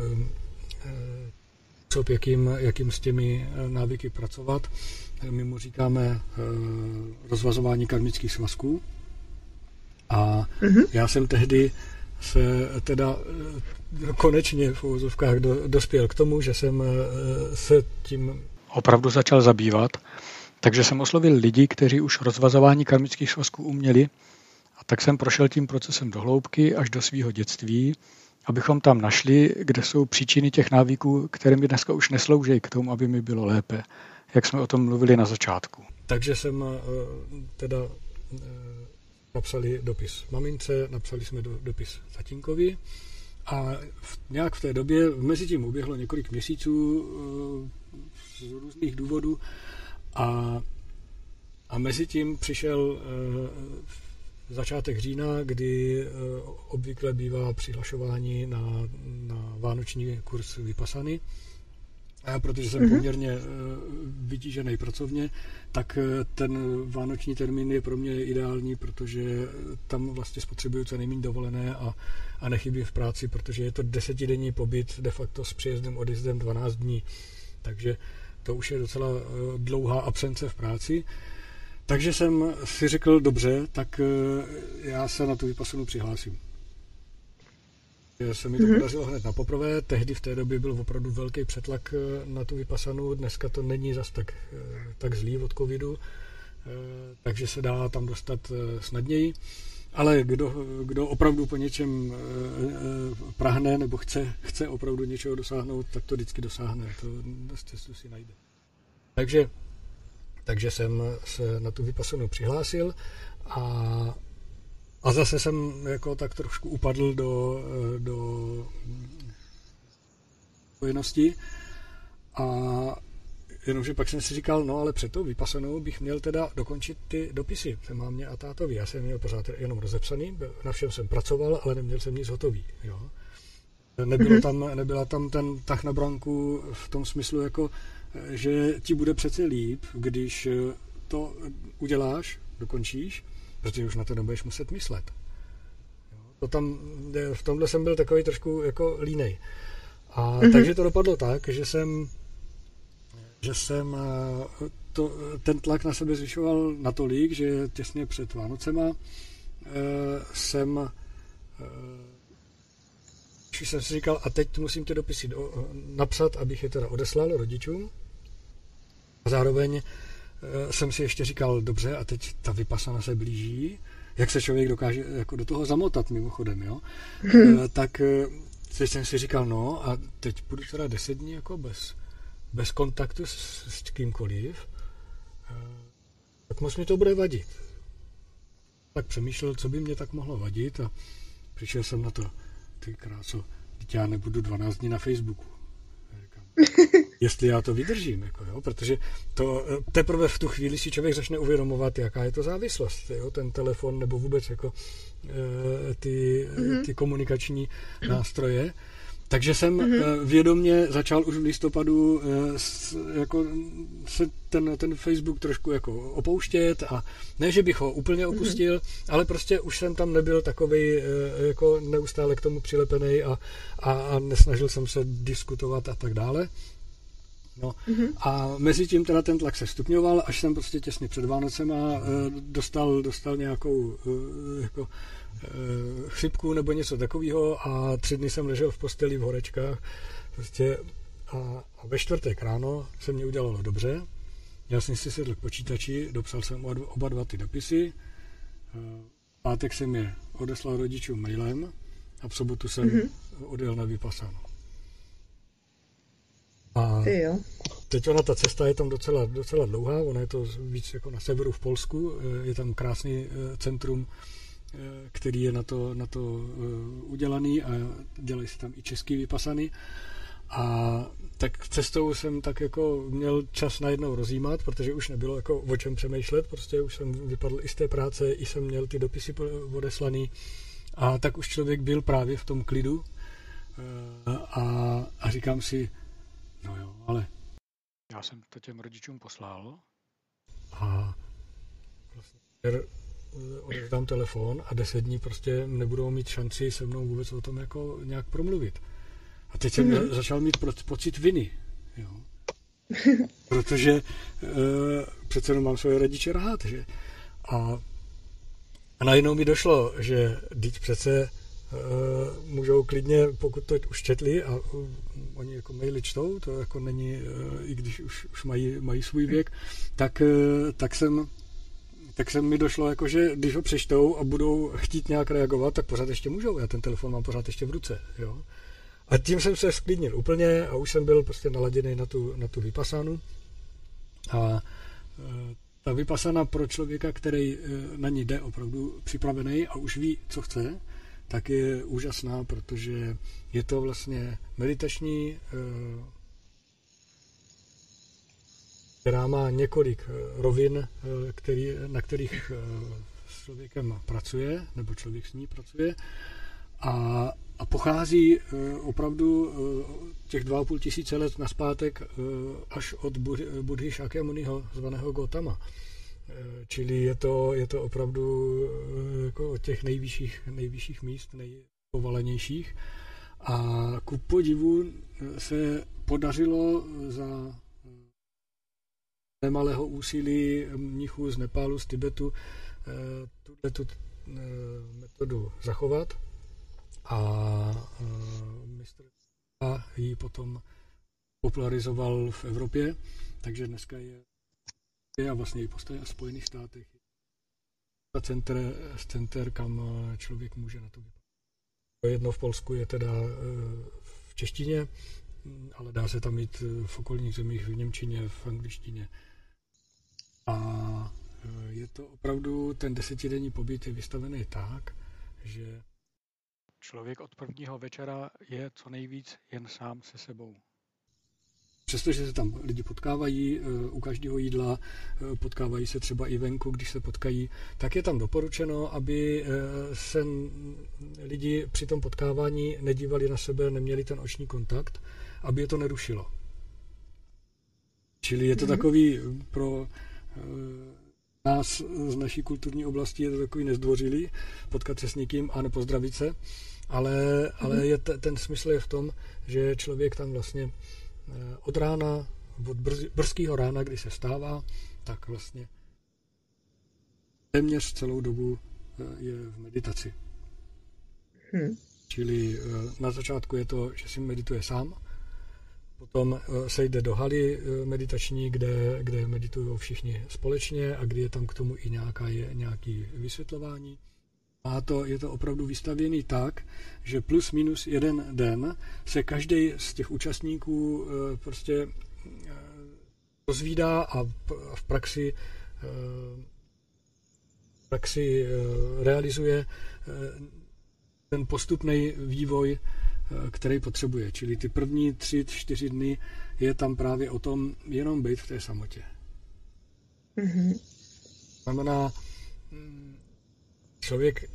uh, jakým, jakým s těmi návyky pracovat. My mu říkáme uh, rozvazování karmických svazků. A mm-hmm. já jsem tehdy se teda konečně v uvozovkách do, dospěl k tomu, že jsem se tím opravdu začal zabývat. Takže jsem oslovil lidi, kteří už rozvazování karmických svazků uměli, a tak jsem prošel tím procesem do hloubky až do svého dětství, abychom tam našli, kde jsou příčiny těch návyků, které mi dneska už neslouží k tomu, aby mi bylo lépe, jak jsme o tom mluvili na začátku. Takže jsem teda napsali dopis mamince, napsali jsme do, dopis tatínkovi a v, nějak v té době, mezi tím uběhlo několik měsíců z různých důvodů a, a mezi tím přišel začátek října, kdy obvykle bývá přihlašování na, na vánoční kurz Vipassany. A já, protože jsem mm-hmm. poměrně vytížený pracovně, tak ten vánoční termín je pro mě ideální, protože tam vlastně spotřebuju co nejméně dovolené a, a nechybím v práci, protože je to desetidenní pobyt de facto s příjezdem odjezdem dvanáct dní. Takže to už je docela dlouhá absence v práci. Takže jsem si řekl, dobře, tak já se na tu Vipassanu přihlásím. Se mi to podařilo hned na poprvé, tehdy v té době byl opravdu velký přetlak na tu Vipassanu, dneska to není zas tak, tak zlý od covidu, takže se dá tam dostat snadněji, ale kdo, kdo opravdu po něčem prahne nebo chce, chce opravdu něčeho dosáhnout, tak to vždycky dosáhne, to cestu si najde. Takže, takže jsem se na tu Vipassanu přihlásil a A zase jsem jako tak trošku upadl do, do povinnosti a jenomže pak jsem si říkal, no ale před tou vypasanou bych měl teda dokončit ty dopisy se mámě a tátovi. Já jsem měl pořád jenom rozepsaný, na všem jsem pracoval, ale neměl jsem nic hotový. Jo. Nebylo tam, nebyla tam ten tah na branku v tom smyslu, jako, že ti bude přece líp, když to uděláš, dokončíš, protože už na to nebudeš muset myslet. Jo. To tam, v tomhle jsem byl takový trošku jako línej. A mm-hmm. takže to dopadlo tak, že jsem že jsem to, ten tlak na sebe zvyšoval natolik, že těsně před Vánocema e, jsem e, jsem si říkal, a teď musím ty dopisy do, napsat, abych je teda odeslal rodičům. A zároveň e, jsem si ještě říkal, dobře, a teď ta vypasana se blíží, jak se člověk dokáže jako do toho zamotat mimochodem, jo? E, tak e, teď jsem si říkal, no a teď budu teda deset dní jako bez bez kontaktu s, s kýmkoliv, tak moc mi to bude vadit. Tak přemýšlel, co by mě tak mohlo vadit a přišel jsem na to, ty kráso, teď já nebudu dvanáct dní na Facebooku. Říkám, jestli já to vydržím, jako jo, protože to teprve v tu chvíli si člověk začne uvědomovat, jaká je to závislost, jo, ten telefon nebo vůbec jako ty, ty komunikační nástroje. Takže jsem mm-hmm. vědomě začal už v listopadu jako se ten, ten Facebook trošku jako opouštět a ne, že bych ho úplně opustil, mm-hmm. ale prostě už jsem tam nebyl takovej jako neustále k tomu přilepený a, a, a nesnažil jsem se diskutovat a tak dále. No. Mm-hmm. A mezi tím teda ten tlak se stupňoval, až jsem prostě těsně před Vánocema dostal, dostal nějakou jako chřipku nebo něco takového a tři dny jsem ležel v posteli v horečkách prostě a, a ve čtvrtek ráno se mě udělalo dobře. Já jsem si sedl k počítači, dopsal jsem oba dva ty dopisy, v pátek jsem je odeslal rodičům mailem a v sobotu jsem mm-hmm. odjel na vypasanou. A teď ona, ta cesta je tam docela, docela dlouhá, ona je to víc jako na severu v Polsku, je tam krásný centrum, který je na to, na to udělaný a dělají se tam i český vypasany. A tak cestou jsem tak jako měl čas najednou rozjímat, protože už nebylo jako o čem přemýšlet, prostě už jsem vypadl i z té práce, i jsem měl ty dopisy odeslaný a tak už člověk byl právě v tom klidu a, a říkám si, no jo, ale já jsem to těm rodičům poslal a vlastně odevzdám telefon a deset dní prostě nebudou mít šanci se mnou vůbec o tom jako nějak promluvit. A teď jsem mm-hmm. začal mít pocit viny. Jo. Protože e, přece jenom mám svoje rodiče rád. Že? A, a najednou mi došlo, že teď přece e, můžou klidně, pokud to už četli a uh, oni jako maily čtou, to jako není, e, i když už, už mají, mají svůj věk, tak, e, tak jsem tak se mi došlo, jako, že když ho přečtou a budou chtít nějak reagovat, tak pořád ještě můžou. Já ten telefon mám pořád ještě v ruce. Jo? A tím jsem se sklidnil úplně a už jsem byl prostě naladěný na tu, na tu vypasánu. A e, ta vypasána pro člověka, který e, na ní jde opravdu připravený a už ví, co chce, tak je úžasná, protože je to vlastně meditační, e, která má několik rovin, který, na kterých s člověkem pracuje, nebo člověk s ní pracuje. A, a pochází opravdu těch dva a půl tisíce let nazpátek až od Buddhy Šakyamuniho, zvaného Gautama. Čili je to, je to opravdu jako od těch nejvyšších, nejvyšších míst, nejpovalenějších. A ku podivu se podařilo za nemalého úsilí mnichů z Nepálu, z Tibetu tuto metodu zachovat a mistr ji potom popularizoval v Evropě, takže dneska je a vlastně i po Spojených státech center, center, kam člověk může na to vypadat. Jedno v Polsku je teda v češtině, ale dá se tam jít v okolních zemích v němčině, v angličtině. A Je to opravdu, ten desetidenní pobyt je vystavený tak, že člověk od prvního večera je co nejvíc jen sám se sebou. Přestože se tam lidi potkávají u každého jídla, potkávají se třeba i venku, když se potkají, tak je tam doporučeno, aby se lidi při tom potkávání nedívali na sebe, neměli ten oční kontakt, aby je to nerušilo. Čili je to mm-hmm. takový pro nás z naší kulturní oblasti je to takový nezdvořilý, potkat se s někým a nepozdravit se, ale, mm-hmm. ale je t- ten smysl je v tom, že člověk tam vlastně od rána, od brz, brzkého rána, kdy se stává, tak vlastně téměř celou dobu je v meditaci. Hmm. Čili na začátku je to, že si medituje sám, potom se jde do haly meditační, kde, kde meditují všichni společně a kdy je tam k tomu i nějaká, je, nějaké vysvětlování. A to je to opravdu vystavěný tak, že plus minus jeden den se každý z těch účastníků prostě rozvídá a v praxi, v praxi realizuje ten postupný vývoj, který potřebuje. Čili ty první tři, čtyři dny je tam právě o tom jenom být v té samotě. Mm-hmm. Znamená, člověk,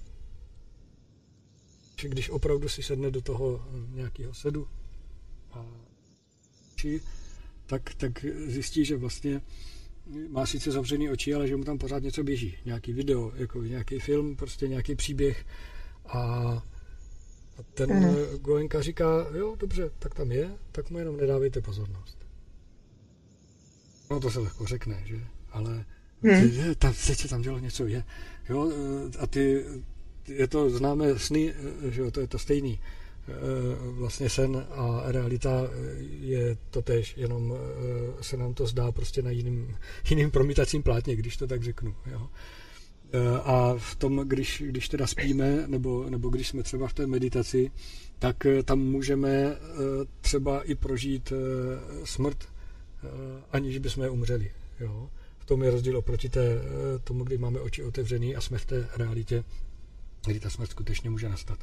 že když opravdu si sedne do toho nějakého sedu a či, tak, tak zjistí, že vlastně má sice zavřený oči, ale že mu tam pořád něco běží. Nějaký video, jako nějaký film, prostě nějaký příběh. A, a ten mm. Goenka říká, jo, dobře, tak tam je, tak mu jenom nedávejte pozornost. No to se lehko řekne, že? Ale mm. tam, teď se tam dělo něco, je. Jo, a ty, je to známé sny, že jo, to je to stejný. Vlastně sen a realita je totéž, jenom se nám to zdá prostě na jiným, jiným promítacím plátně, když to tak řeknu. Jo. A v tom, když, když teda spíme, nebo, nebo když jsme třeba v té meditaci, tak tam můžeme třeba i prožít smrt, aniž bychom umřeli. Jo. V tom je rozdíl oproti té, tomu, kdy máme oči otevřený a jsme v té realitě, kdy ta smrt skutečně může nastat.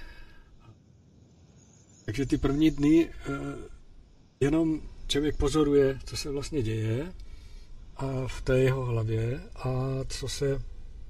Takže ty první dny jenom člověk pozoruje, co se vlastně děje a v té jeho hlavě a co se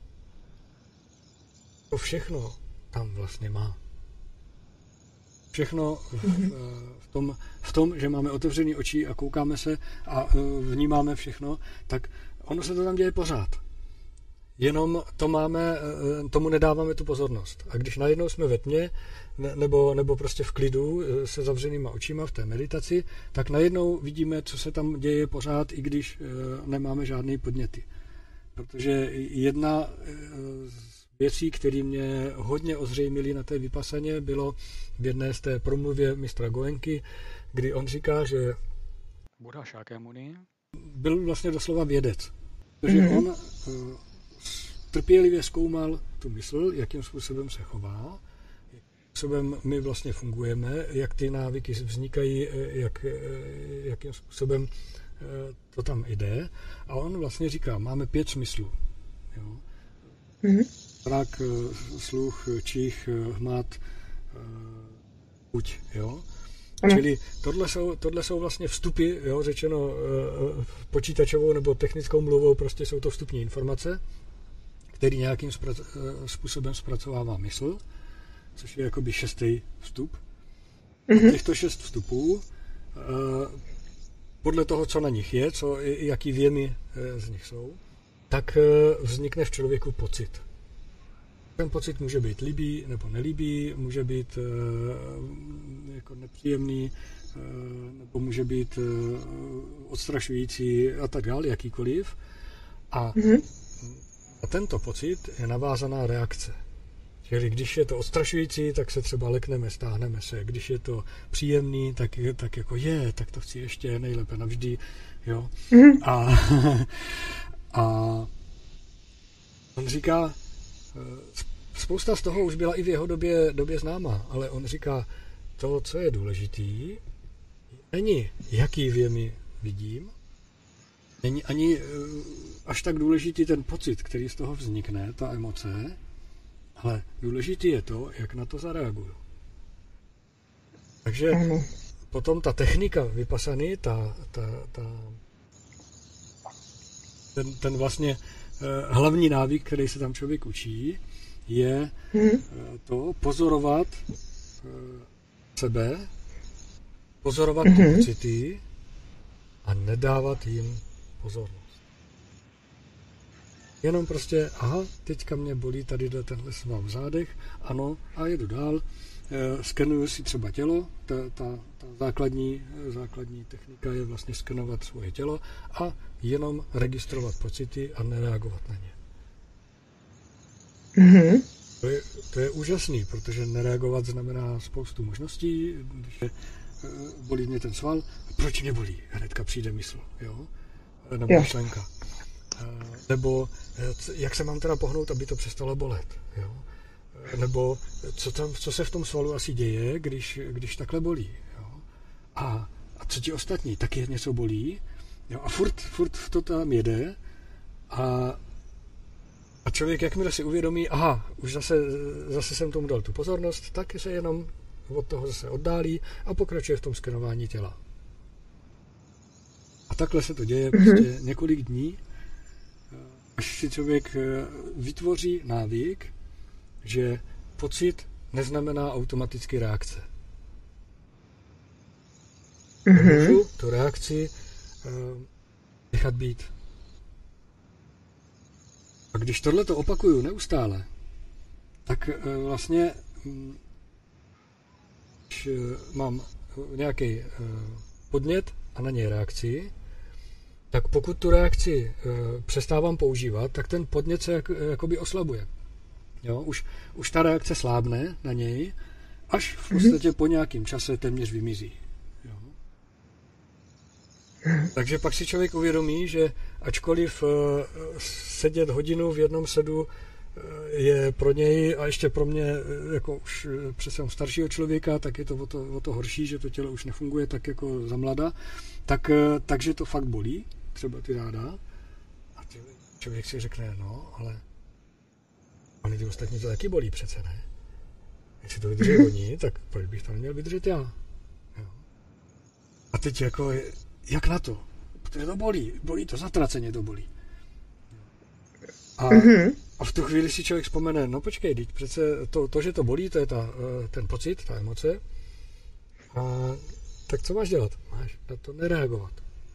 to všechno tam vlastně má. Všechno v, v, tom, v tom, že máme otevřené oči a koukáme se a vnímáme všechno, tak ono se to tam děje pořád. Jenom to máme, tomu nedáváme tu pozornost. A když najednou jsme ve tmě, nebo, nebo prostě v klidu se zavřenýma očima v té meditaci, tak najednou vidíme, co se tam děje pořád, i když nemáme žádné podněty. Protože jedna z věcí, které mě hodně ozřejmily na té vypasaně, bylo v jedné z té promluvě mistra Goenky, kdy on říká, že Buddha Shakyamuni byl vlastně doslova vědec. Protože mm-hmm. on trpělivě zkoumal tu mysl, jakým způsobem se chová, jakým způsobem my vlastně fungujeme, jak ty návyky vznikají, jak, jakým způsobem to tam jde. A on vlastně říká, máme pět smyslů. Jo? Mm-hmm. Zrak, sluch, čich, hmat, chuť. Jo? Mm. Čili tohle jsou, tohle jsou vlastně vstupy, jo, řečeno počítačovou nebo technickou mluvou, prostě jsou to vstupní informace, který nějakým způsobem zpracovává mysl, což je jakoby šestý vstup. Mm-hmm. Těchto šest vstupů, podle toho, co na nich je, co, jaký věmy z nich jsou, tak vznikne v člověku pocit. Ten pocit může být líbý nebo nelíbý, může být jako nepříjemný, nebo může být odstrašující a tak dále, jakýkoliv. A mm-hmm. A tento pocit je navázaná reakce. Čili když je to odstrašující, tak se třeba lekneme, stáhneme se. Když je to příjemný, tak, tak jako je, tak to chci ještě nejlépe navždy. Jo? Mm. A, a on říká, spousta z toho už byla i v jeho době, době známa, ale on říká, to, co je důležitý, není, jaký věmy vidím, není ani až tak důležitý ten pocit, který z toho vznikne, ta emoce, ale důležitý je to, jak na to zareaguju. Takže ano. Potom ta technika vypasaný, ta, ta, ta, ten, ten vlastně uh, hlavní návyk, který se tam člověk učí, je hmm. uh, to pozorovat uh, sebe, pozorovat hmm. ty pocity a nedávat jim pozornost. Jenom prostě, aha, teďka mě bolí tady tenhle sval v zádech, ano, a jedu dál. E, skenuju si třeba tělo, ta, ta, ta základní, základní technika je vlastně skenovat svoje tělo a jenom registrovat pocity a nereagovat na ně. Mm-hmm. To je, to je úžasný, protože nereagovat znamená spoustu možností, když je, bolí mě ten sval, proč mě bolí? Hnedka přijde mysl, jo? Nebo myšlenka. Nebo jak se mám teda pohnout, aby to přestalo bolet, jo? Nebo co, tam, co se v tom svalu asi děje, když, když takhle bolí, jo? A, a co ti ostatní, taky něco bolí, jo? A furt, furt to tam jede a, a člověk, jakmile si uvědomí, aha, už zase, zase jsem tomu dal tu pozornost, tak se jenom od toho zase oddálí a pokračuje v tom skenování těla. A takhle se to děje mm-hmm. prostě několik dní, až si člověk vytvoří návyk, že pocit neznamená automaticky reakce. Mm-hmm. Můžu tu reakci uh, nechat být. A když tohleto opakuju neustále, tak uh, vlastně um, když uh, mám nějaký uh, podnět a na něj reakci, tak pokud tu reakci e, přestávám používat, tak ten podnět se jak, jakoby oslabuje. Jo? Už, už ta reakce slábne na něj, až v podstatě po nějakém čase téměř vymizí. Jo? Takže pak si člověk uvědomí, že ačkoliv e, sedět hodinu v jednom sedu e, je pro něj a ještě pro mě e, jako už přece staršího člověka, tak je to o, to o to horší, že to tělo už nefunguje tak jako za mlada, tak, e, takže to fakt bolí. Třeba ty ráda a člověk si řekne, no, ale oni ty ostatní to taky bolí přece, ne? Jestli to vydrží oni, tak proč bych to neměl vydržet já? Jo. A teď jako, jak na to? Protože to bolí, bolí to, zatraceně to bolí. A, a v tu chvíli si člověk vzpomene, no počkej, teď přece to, to, že to bolí, to je ta, ten pocit, ta emoce. A tak co máš dělat? Máš na to nereagovat.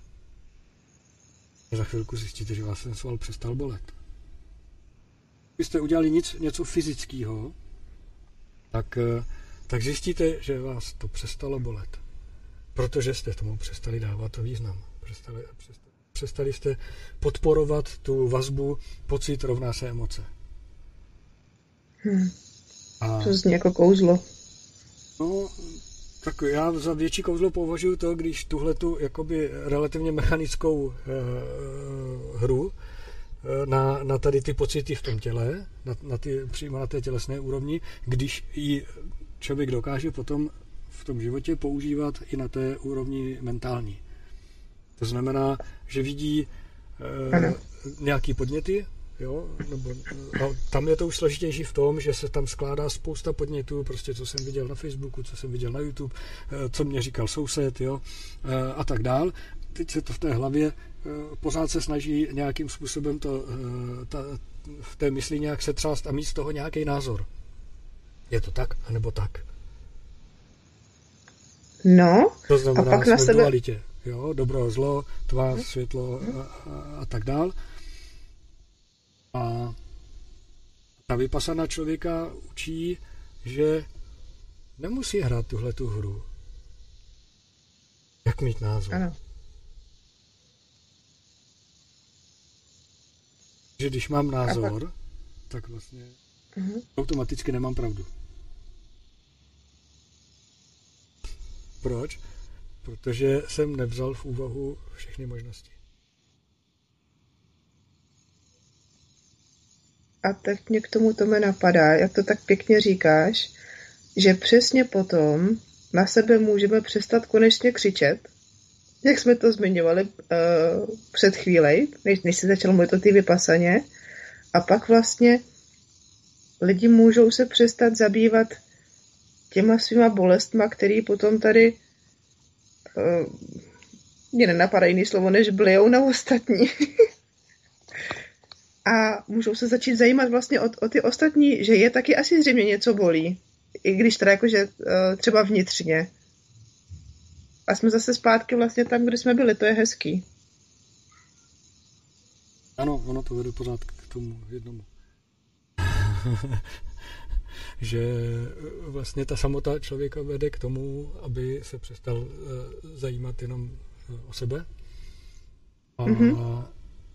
Za chvilku zjistíte, že vás ten sval přestal bolet. Když jste udělali nic, něco fyzického, tak, tak zjistíte, že vás to přestalo bolet. Protože jste tomu přestali dávat význam. Přestali, přestali, přestali jste podporovat tu vazbu pocit rovná se emoce. Hmm. A to zní jako kouzlo. No, tak já za větší kouzlo považuji to, když tuhletu jakoby relativně mechanickou e, hru e, na, na tady ty pocity v tom těle, na, na ty, přímo na té tělesné úrovni, když ji člověk dokáže potom v tom životě používat i na té úrovni mentální. To znamená, že vidí e, nějaký podněty, jo, nebo, a tam je to už složitější v tom, že se tam skládá spousta podnětů, prostě co jsem viděl na Facebooku, co jsem viděl na YouTube, co mě říkal soused, jo, a tak dál. Teď se to v té hlavě pořád se snaží nějakým způsobem to, ta, v té mysli nějak setřást a mít z toho nějaký názor. Je to tak, anebo tak. No, to znamená, a pak na jsme sebe... v dualitě, jo, dobro, zlo, tvar, světlo a, a, a tak dál. A ta vypasaná člověka učí, že nemusí hrát tuhletu hru. Jak mít názor. Ano. Že když mám názor, tak vlastně uh-huh. automaticky nemám pravdu. Proč? Protože jsem nevzal v úvahu všechny možnosti. A teď mě k tomu Tome napadá, jak to tak pěkně říkáš, že přesně potom na sebe můžeme přestat konečně křičet, jak jsme to zmiňovali uh, před chvílej, než, než se začal mluvit o té vypasaně, a pak vlastně lidi můžou se přestat zabývat těma svýma bolestma, který potom tady uh, mě nenapadá jiný slovo, než blijou na ostatní. A můžou se začít zajímat vlastně o, o ty ostatní, že je taky asi zřejmě něco bolí. I když teda jakože uh, třeba vnitřně. A jsme zase zpátky vlastně tam, kde jsme byli. To je hezký. Ano, ono to vede pořád k tomu jednomu. Že vlastně ta samota člověka vede k tomu, aby se přestal uh, zajímat jenom uh, o sebe. A mm-hmm.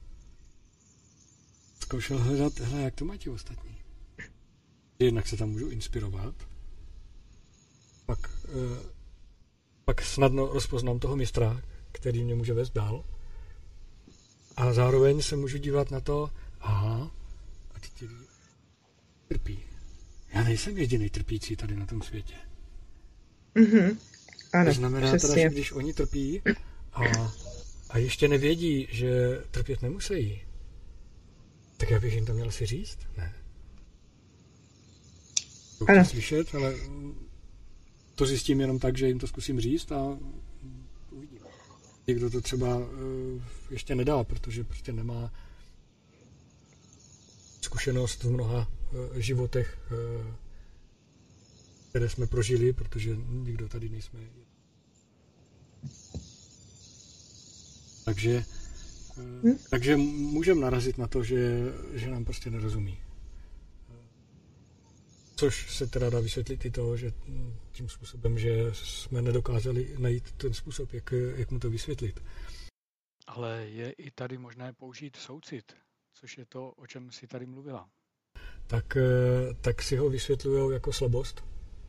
zkoušel hledat, hele, jak to mají ti ostatní. Jednak se tam můžu inspirovat, pak, uh, pak snadno rozpoznám toho mistra, který mě může vést dál. A zároveň se můžu dívat na to, aha, a ty ti trpí. Já nejsem jediný trpící tady na tom světě. Mm-hmm. Ano, to znamená přesně. teda, že když oni trpí a, a ještě nevědí, že trpět nemusí, tak já bych jim to měl si říct? Ne. To chci slyšet, ale to zjistím jenom tak, že jim to zkusím říct a uvidím. Někdo to třeba uh, ještě nedá, protože prostě nemá zkušenost v mnoha uh, životech, uh, které jsme prožili, protože nikdo tady nejsme. Takže, uh, hm? takže můžeme narazit na to, že, že nám prostě nerozumí. Což se teda dá vysvětlit i toho, že tím způsobem, že jsme nedokázali najít ten způsob, jak, jak mu to vysvětlit. Ale je i tady možné použít soucit, což je to, o čem jsi tady mluvila. Tak, tak si ho vysvětlujou jako slabost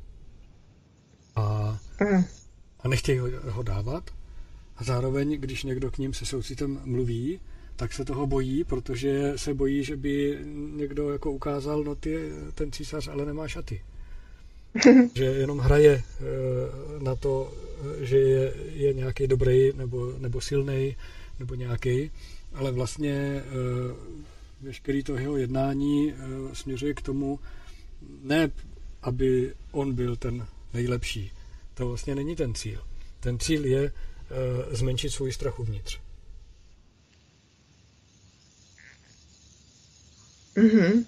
a, a nechtějí ho, ho dávat. A zároveň, když někdo k ním se soucitem mluví, tak se toho bojí, protože se bojí, že by někdo jako ukázal, no ty, ten císař ale nemá šaty. Že jenom hraje na to, že je, je nějaký dobrý nebo, nebo silný nebo nějaký, ale vlastně veškerý to jeho jednání směřuje k tomu, ne aby on byl ten nejlepší. To vlastně není ten cíl. Ten cíl je zmenšit svůj strach uvnitř. Mm-hmm.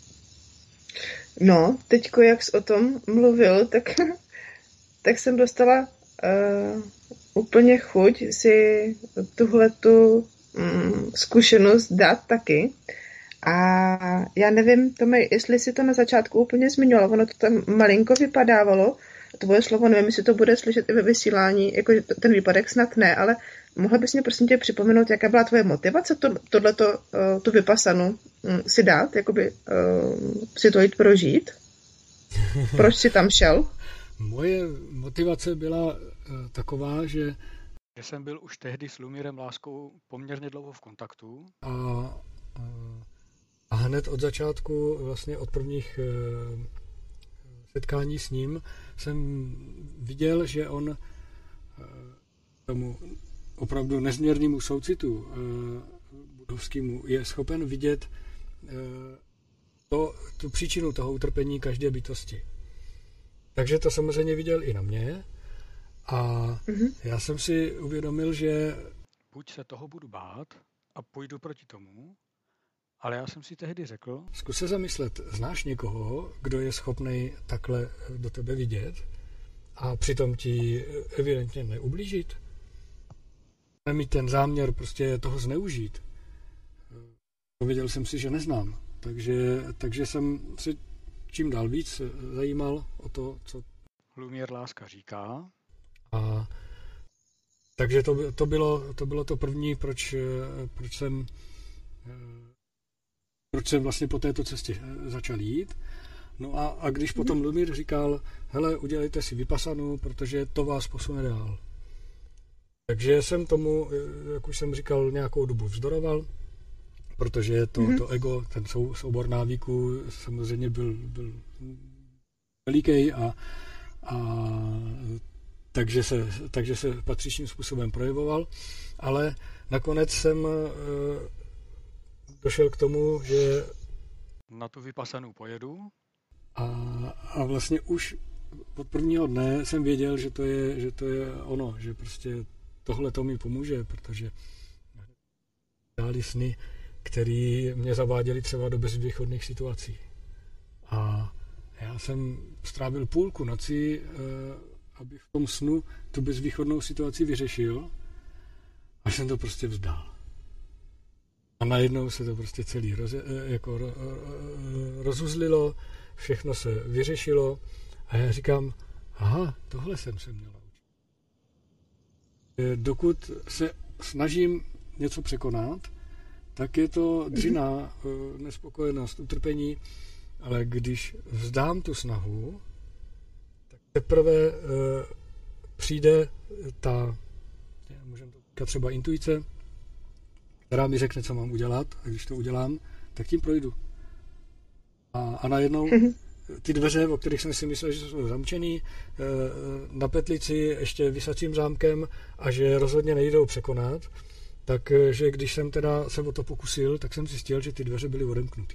No, teďko, jak jsi o tom mluvil, tak, tak jsem dostala uh, úplně chuť si tuhletu um, zkušenost dát taky. A já nevím, Tome, jestli si to na začátku úplně zmiňovala, ono to tam malinko vypadávalo, tvoje slovo, nevím, jestli to bude slyšet i ve vysílání, jako ten výpadek snad ne, ale mohla bys mě prosím tě připomenout, jaká byla tvoje motivace to, tohleto, uh, tu vypasanu um, si dát, jakoby uh, si to jít prožít? Proč jsi tam šel? Moje motivace byla uh, taková, že... Že jsem byl už tehdy s Lumírem Láskou poměrně dlouho v kontaktu. A, a, a hned od začátku, vlastně od prvních uh, setkání s ním, jsem viděl, že on uh, tomu opravdu nezměrnému soucitu uh, budovskému je schopen vidět uh, to, tu příčinu toho utrpení každé bytosti. Takže to samozřejmě viděl i na mě a mm-hmm. já jsem si uvědomil, že buď se toho budu bát a půjdu proti tomu, ale já jsem si tehdy řekl... Zkus se zamyslet, znáš někoho, kdo je schopný takhle do tebe vidět a přitom ti evidentně neublížit? Nemít ten záměr prostě toho zneužít. Pověděl jsem si, že neznám. Takže, takže jsem si čím dál víc zajímal o to, co Lumír Láska říká. A takže to, to, bylo, to bylo to první, proč, proč jsem proč jsem vlastně po této cestě začal jít. No a, a když potom Lumír říkal, hele, udělejte si vypasanu, protože to vás posune dál. Takže jsem tomu, jak už jsem říkal, nějakou dobu vzdoroval, protože to, mm-hmm. to ego, ten sou, soubor návyků samozřejmě byl, byl veliký a, a takže se, takže se patřičným způsobem projevoval, ale nakonec jsem došel k tomu, že na tu vypasanou pojedu. A, a vlastně už od prvního dne jsem věděl, že to je, že to je ono, že prostě tohle to mi pomůže, protože dály sny, které mě zaváděly třeba do bezvýchodných situací. A já jsem strávil půlku noci, abych v tom snu tu bezvýchodnou situaci vyřešil, až jsem to prostě vzdal. A najednou se to prostě celý roz, jako rozuzlilo, všechno se vyřešilo a já říkám, aha, tohle jsem se měl naučit. Dokud se snažím něco překonat, tak je to dřina, nespokojenost, utrpení, ale když vzdám tu snahu, tak teprve přijde ta, můžeme to říkat třeba intuice, která mi řekne, co mám udělat, a když to udělám, tak tím projdu. A, a najednou ty dveře, o kterých jsem si myslel, že jsou zamčený, na petlici ještě visacím zámkem a že rozhodně nejdou překonat, takže když jsem teda se o to pokusil, tak jsem zjistil, že ty dveře byly odemknutý.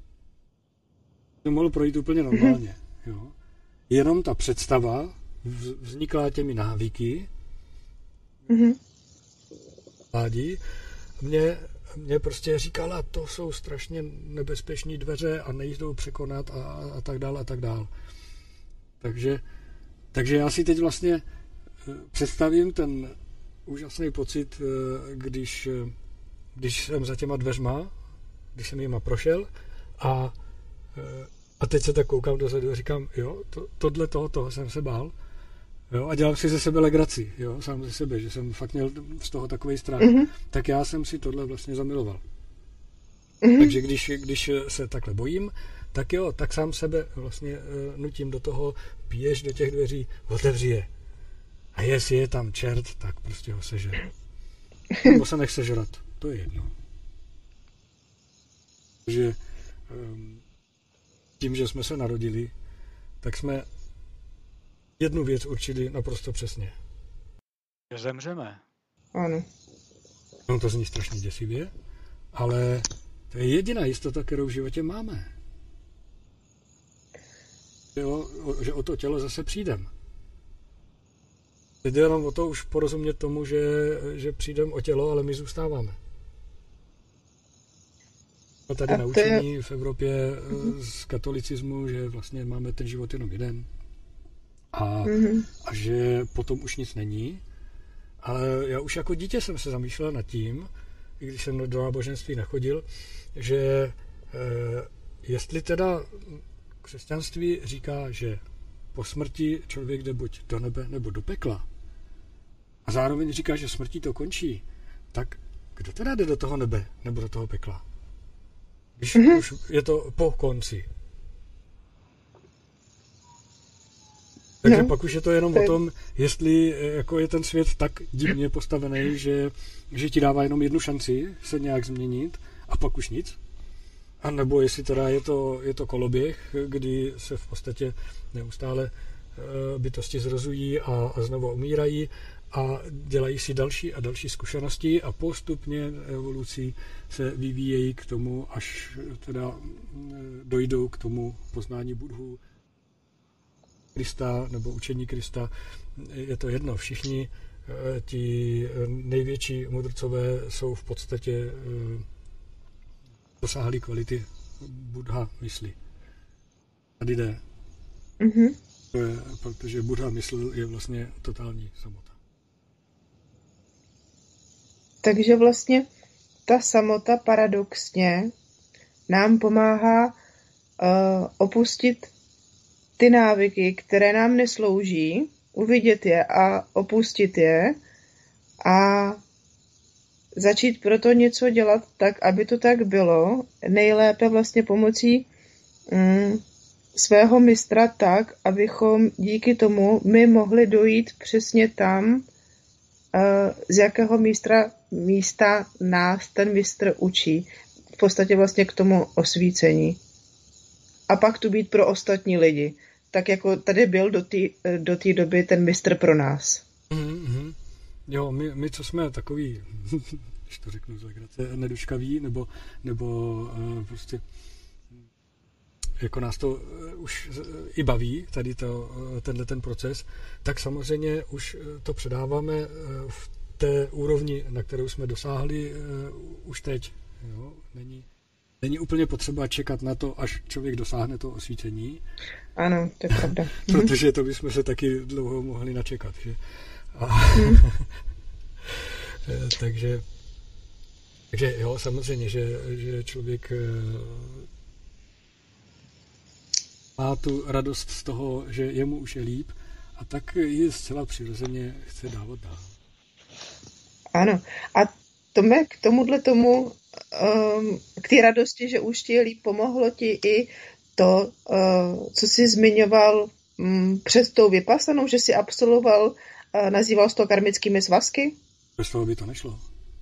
To mohlo projít úplně normálně. Jo. Jenom ta představa vznikla těmi návyky, mládí, Mě, mě prostě říkala, to jsou strašně nebezpečné dveře a nejdou překonat a, a tak dál a tak dál. Takže, takže já si teď vlastně představím ten úžasný pocit, když, když jsem za těma dveřma, když jsem jima prošel a, a teď se tak koukám dozadu a říkám, jo, to, tohle toho, toho jsem se bál. Jo, a dělám si ze sebe legraci, jo, sám ze sebe, že jsem fakt měl z toho takovej strach, mm-hmm. tak já jsem si tohle vlastně zamiloval. Mm-hmm. Takže když, když se takhle bojím, tak jo, tak sám sebe vlastně uh, nutím do toho, běž do těch dveří, otevři je. A jestli je tam čert, tak prostě ho sežer. Nebo se nech sežrat, to je jedno. Takže um, tím, že jsme se narodili, tak jsme jednu věc určili naprosto přesně. Že zemřeme. Ano. No to zní strašně děsivě, ale to je jediná jistota, kterou v životě máme. Že o, že o to tělo zase přijdem. Jde jenom o to už porozumět tomu, že, že přijdem o tělo, ale my zůstáváme. A tady a naučení je... v Evropě z katolicismu, že vlastně máme ten život jenom jeden. A, mm-hmm. a že potom už nic není. Ale já už jako dítě jsem se zamýšlel nad tím, i když jsem do náboženství nechodil, že e, jestli teda křesťanství říká, že po smrti člověk jde buď do nebe nebo do pekla a zároveň říká, že smrtí to končí, tak kdo teda jde do toho nebe nebo do toho pekla? Když mm-hmm. už je to po konci. Takže no, pak už je to jenom to... o tom, jestli jako je ten svět tak divně postavený, že, že ti dává jenom jednu šanci se nějak změnit a pak už nic. A nebo jestli teda je to, je to koloběh, kdy se v podstatě neustále bytosti zrozují a, a znovu umírají a dělají si další a další zkušenosti a postupně evolucí se vyvíjejí k tomu, až teda dojdou k tomu poznání Budhu, Krista nebo učení Krista, je to jedno. Všichni ti největší mudrcové jsou v podstatě dosáhli kvality Buddha mysli. Tady jde. Mm-hmm. To je, protože Buddha mysl je vlastně totální samota. Takže vlastně ta samota paradoxně nám pomáhá uh, opustit ty návyky, které nám neslouží, uvidět je a opustit je a začít proto něco dělat tak, aby to tak bylo. Nejlépe vlastně pomocí mm, svého mistra tak, abychom díky tomu my mohli dojít přesně tam, uh, z jakého mistra, místa nás ten mistr učí. V podstatě vlastně k tomu osvícení. A pak tu být pro ostatní lidi. tak jako tady byl do té do té doby ten mistr pro nás. Mm-hmm. Jo, my, my, co jsme takový, když to řeknu z legrace, nedočkaví, nebo, nebo uh, prostě jako nás to uh, už i baví, tady to, uh, tenhle ten proces, tak samozřejmě už to předáváme uh, v té úrovni, na kterou jsme dosáhli uh, už teď. Jo? Není, není úplně potřeba čekat na to, až člověk dosáhne to osvícení. Ano, to je pravda. Protože to bychom se taky dlouho mohli načekat. Že? A hmm. takže, takže jo, samozřejmě, že, že člověk má tu radost z toho, že jemu už je líp a tak ji zcela přirozeně chce dávat dál. Ano. A Tome, k tomuhle tomu, um, k té radosti, že už ti je líp, pomohlo ti i to, uh, co jsi zmiňoval um, před tou vypasanou, že jsi absolvoval, uh, nazýval jsi to karmickými svazky? Bez toho by to nešlo.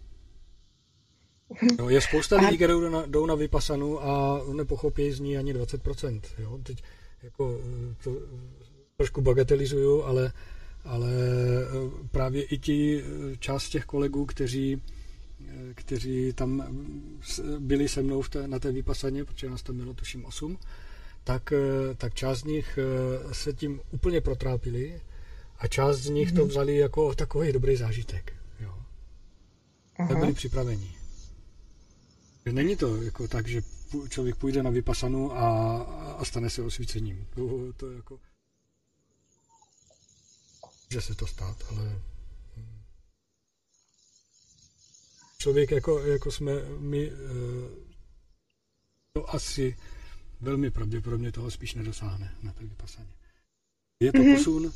No, je spousta lidí, kteří jdou na, jdou na vypasanu a nepochopí z ní ani dvacet procent. Jo? Teď jako to trošku bagatelizuju, ale, ale právě i ti část těch kolegů, kteří, kteří tam byli se mnou v té, na té vypasaně, protože nás tam mělo tuším osm, tak, tak část z nich se tím úplně protrápili a část z nich mm-hmm. to vzali jako takový dobrý zážitek. Jo? Tak byli připraveni. Není to jako tak, že člověk půjde na vypasanu a, a stane se osvícením. To, to jako... Může se to stát, ale... Člověk, jako, jako jsme my, to asi velmi pravděpodobně toho spíš nedosáhne na té vypasaně. Je to mm-hmm. posun,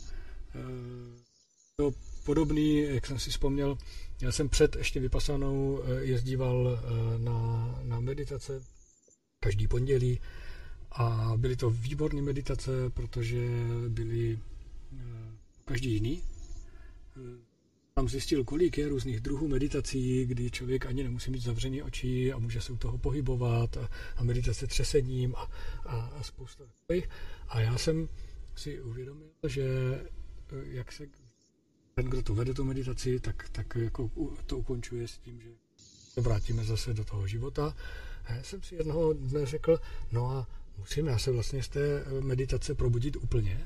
to podobný, jak jsem si vzpomněl, já jsem před ještě vypasanou jezdíval na, na meditace každý pondělí a byly to výborné meditace, protože byly každý jiný. Tam zjistil, kolik je různých druhů meditací, kdy člověk ani nemusí mít zavřené oči a může se u toho pohybovat a, a meditace třesením a, a, a spousta takových. A já jsem si uvědomil, že jak se ten, kdo to vede tu meditaci, tak, tak jako to ukončuje s tím, že se vrátíme zase do toho života. A já jsem si jednoho dne řekl, no a musím já se vlastně z té meditace probudit úplně.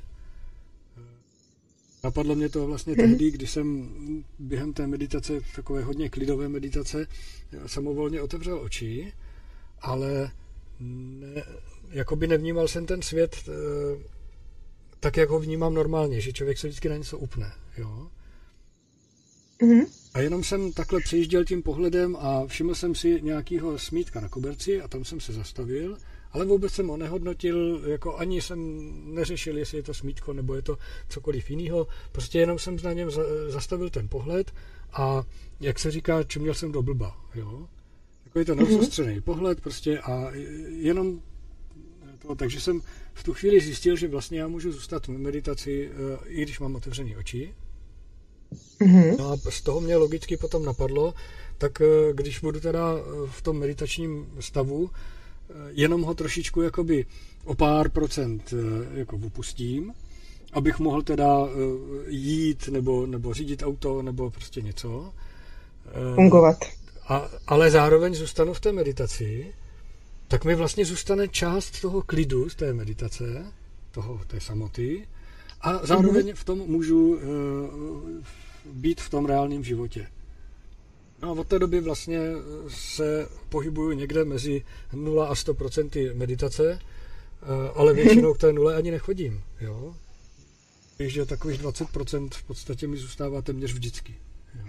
Napadlo mě to vlastně tehdy, když jsem během té meditace, takové hodně klidové meditace, samovolně otevřel oči, ale ne, jakoby nevnímal jsem ten svět tak, jak ho vnímám normálně, že člověk se vždycky na něco upne. Jo? Mm-hmm. A jenom jsem takhle přejížděl tím pohledem a všiml jsem si nějakého smítka na koberci a tam jsem se zastavil, ale vůbec jsem ho nehodnotil, jako ani jsem neřešil, jestli je to smítko nebo je to cokoliv jiného. Prostě jenom jsem na něm zastavil ten pohled a jak se říká, čuměl jsem do blba. Jo? Takový to neuzostřený pohled prostě a jenom to, takže jsem v tu chvíli zjistil, že vlastně já můžu zůstat v meditaci, i když mám otevřené oči. Mm-hmm. No a z toho mě logicky potom napadlo, tak když budu teda v tom meditačním stavu, jenom ho trošičku jakoby o pár procent jako opustím, abych mohl teda jít nebo, nebo řídit auto nebo prostě něco. Fungovat. A, ale zároveň zůstanu v té meditaci, tak mi vlastně zůstane část toho klidu z té meditace, toho, té samoty, a zároveň mm-hmm. v tom můžu uh, být v tom reálném životě. No a od té doby vlastně se pohybuju někde mezi nula a sto procent meditace, uh, ale většinou k té nule ani nechodím. Jo? Když je takových dvacet procent v podstatě mi zůstává téměř vždycky. Jo?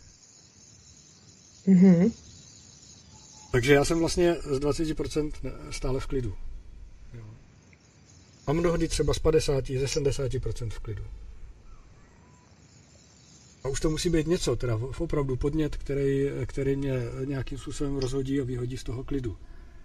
Mm-hmm. Takže já jsem vlastně z dvacet procent stále v klidu. Jo. A mnohdy třeba z padesát, ze sedmdesát procent v klidu. A už to musí být něco, teda opravdu podnět, který, který mě nějakým způsobem rozhodí a vyhodí z toho klidu.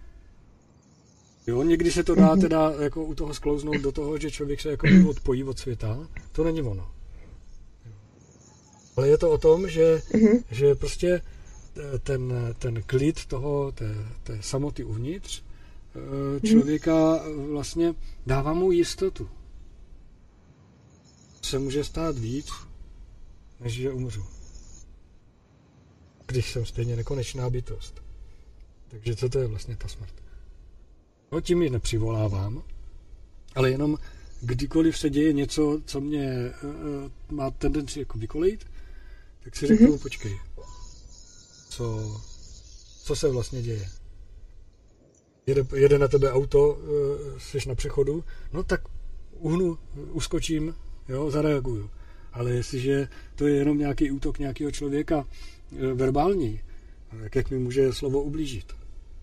Jo, někdy se to dá teda jako u toho sklouznout do toho, že člověk se jako odpojí od světa. To není ono. Ale je to o tom, že, že prostě ten, ten klid toho, té, té samoty uvnitř člověka vlastně dává mu jistotu. se může stát víc, než že umřu. Když jsem stejně nekonečná bytost. Takže co to je vlastně ta smrt? No tím ji nepřivolávám, ale jenom kdykoliv se děje něco, co mě uh, má tendenci jako vykolejit, tak si řeknu, mm-hmm. počkej, co, co se vlastně děje? Jede, jede na tebe auto, uh, jsi na přechodu, no tak uhnu, uskočím, jo, zareaguju. Ale jestliže to je jenom nějaký útok nějakého člověka uh, verbální, tak jak mi může slovo ublížit?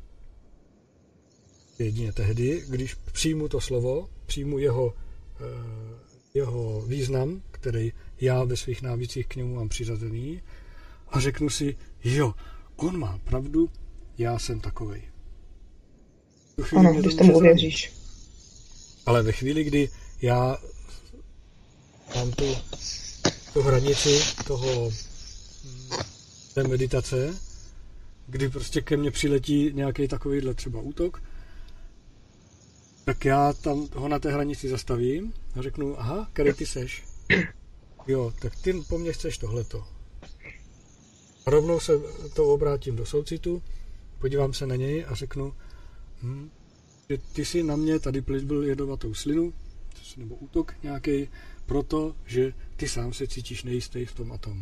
Jedině tehdy, když přijmu to slovo, přijmu jeho, jeho význam, který já ve svých návycích k němu mám přiřazený a řeknu si, jo, on má pravdu, já jsem takovej. Ano, když tomu uvěříš. Ale ve chvíli, kdy já mám tu, tu hranici toho, té meditace, kdy prostě ke mně přiletí nějaký takovýhle třeba útok, tak já tam ho na té hranici zastavím a řeknu, aha, který ty seš? Jo, tak ty po mně chceš tohleto. A rovnou se to obrátím do soucitu, podívám se na něj a řeknu, hm, že ty si na mě tady plizbil jedovatou slinu, nebo útok nějaký, protože ty sám se cítíš nejistý v tom a tom.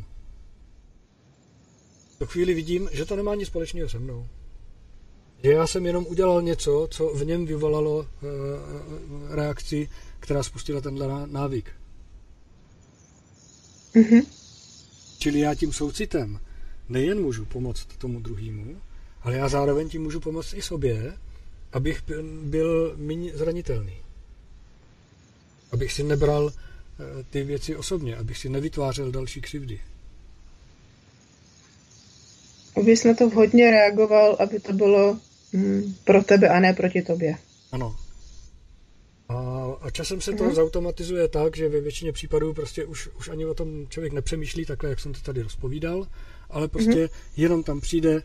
V tu chvíli vidím, že to nemá nic společného se mnou. Že já jsem jenom udělal něco, co v něm vyvolalo uh, reakci, která spustila tenhle návyk. Mm-hmm. Čili já tím soucitem nejen můžu pomoct tomu druhému, ale já zároveň tím můžu pomoct i sobě, abych byl méně zranitelný. Abych si nebral uh, ty věci osobně, abych si nevytvářel další křivdy. Abys na to vhodně reagoval, aby to bylo hm, pro tebe a ne proti tobě. Ano. A, a časem se to mm. zautomatizuje tak, že ve většině případů prostě už, už ani o tom člověk nepřemýšlí takhle, jak jsem to tady rozpovídal, ale prostě mm. jenom tam přijde uh,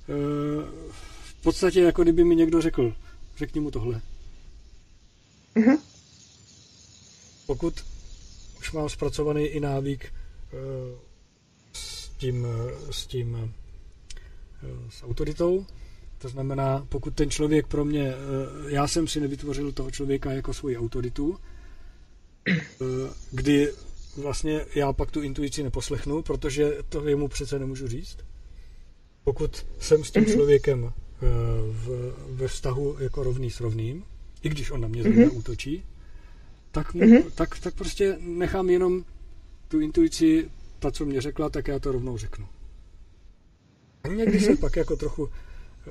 v podstatě jako kdyby mi někdo řekl, řekni mu tohle. Mm. Pokud už mám zpracovaný i návyk uh, s tím, s tím s autoritou. To znamená, pokud ten člověk pro mě, já jsem si nevytvořil toho člověka jako svoji autoritu, kdy vlastně já pak tu intuici neposlechnu, protože to jemu přece nemůžu říct. Pokud jsem s tím mm-hmm. člověkem v, ve vztahu jako rovný s rovným, i když on na mě zrovna mm-hmm. útočí, tak, mm-hmm. tak, tak prostě nechám jenom tu intuici, ta, co mě řekla, tak já to rovnou řeknu. A někdy se pak jako trochu uh,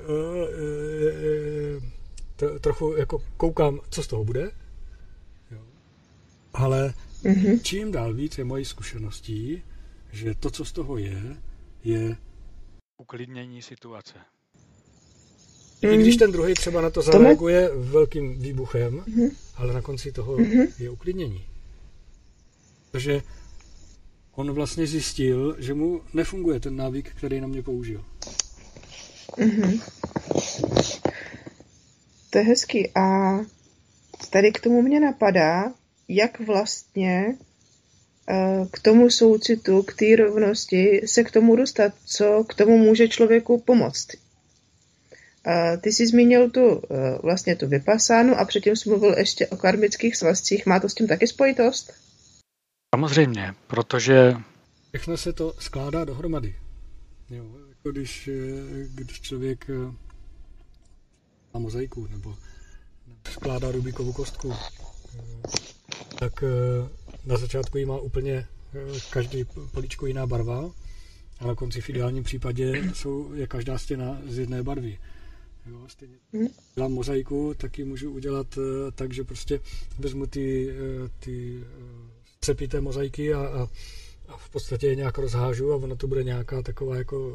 uh, uh, trochu jako koukám, co z toho bude. Jo. Ale uh-huh. čím dál víc je mojí zkušeností, že to, co z toho je, je uklidnění situace. I mm. když ten druhý třeba na to zareaguje velkým výbuchem, uh-huh. ale na konci toho uh-huh. je uklidnění. Protože on vlastně zjistil, že mu nefunguje ten návyk, který na mě použil. Mm-hmm. To je hezký. A tady k tomu mě napadá, jak vlastně k tomu soucitu, k té rovnosti se k tomu dostat, co k tomu může člověku pomoct. Ty jsi zmínil tu vlastně tu vypasánu a předtím jsi mluvil ještě o karmických svazcích. Má to s tím taky spojitost? Samozřejmě, protože všechno se to skládá dohromady. Jo, jako když, když člověk má mozaiku nebo skládá Rubikovu kostku, tak na začátku jí má úplně každý políčko jiná barva a na konci v ideálním případě jsou, je každá stěna z jedné barvy. Jo, stejně dělám mozaiku, tak ji můžu udělat tak, že prostě vezmu ty, ty střepité mozaiky a, a, a v podstatě je nějak rozhážu a ono to bude nějaká taková jako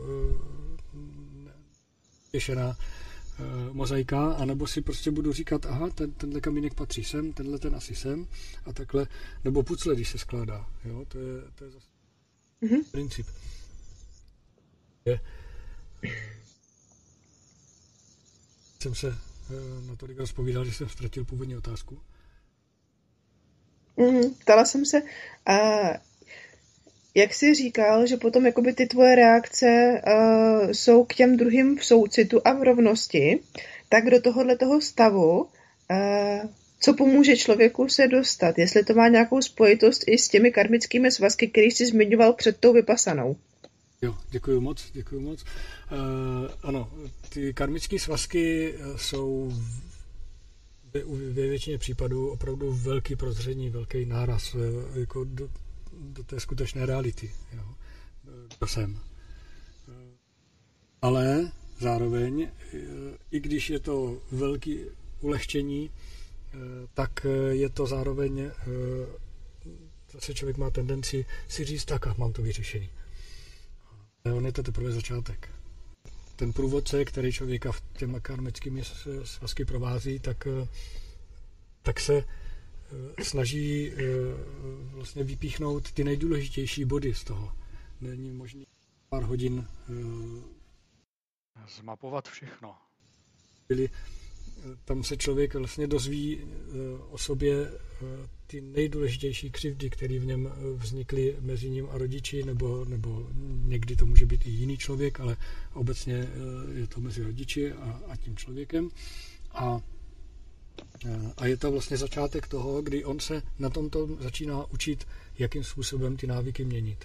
těšená uh, mozaika, anebo si prostě budu říkat, aha, ten, tenhle kamínek patří sem, tenhle ten asi sem a takhle, nebo pucle, když se skládá, jo, to je, to je zase mm-hmm. princip. Je, jsem se uh, natolik rozpovídal, že jsem ztratil původní otázku. Mm, ptala jsem se, a jak jsi říkal, že potom jakoby ty tvoje reakce uh, jsou k těm druhým v soucitu a v rovnosti, tak do tohohle toho stavu, uh, co pomůže člověku se dostat? Jestli to má nějakou spojitost i s těmi karmickými svazky, které jsi zmiňoval před tou vypasanou. Jo, děkuji moc, děkuji moc. Uh, ano, ty karmické svazky jsou ve, ve většině případů opravdu velký prozření, velký náraz jako do, do té skutečné reality. Jo. To jsem. Ale zároveň, i když je to velký ulehčení, tak je to zároveň, zase člověk má tendenci si říct, tak a mám to vyřešený. On je to teprve začátek. Ten průvodce, který člověka v těmi karmickými svazky provází, tak, tak se snaží vlastně vypíchnout ty nejdůležitější body z toho. Není možný pár hodin zmapovat všechno. Byli, tam se člověk vlastně dozví o sobě ty nejdůležitější křivdy, které v něm vznikly mezi ním a rodiči, nebo, nebo někdy to může být i jiný člověk, ale obecně je to mezi rodiči a, a tím člověkem. A, a je to vlastně začátek toho, kdy on se na tomto začíná učit, jakým způsobem ty návyky měnit.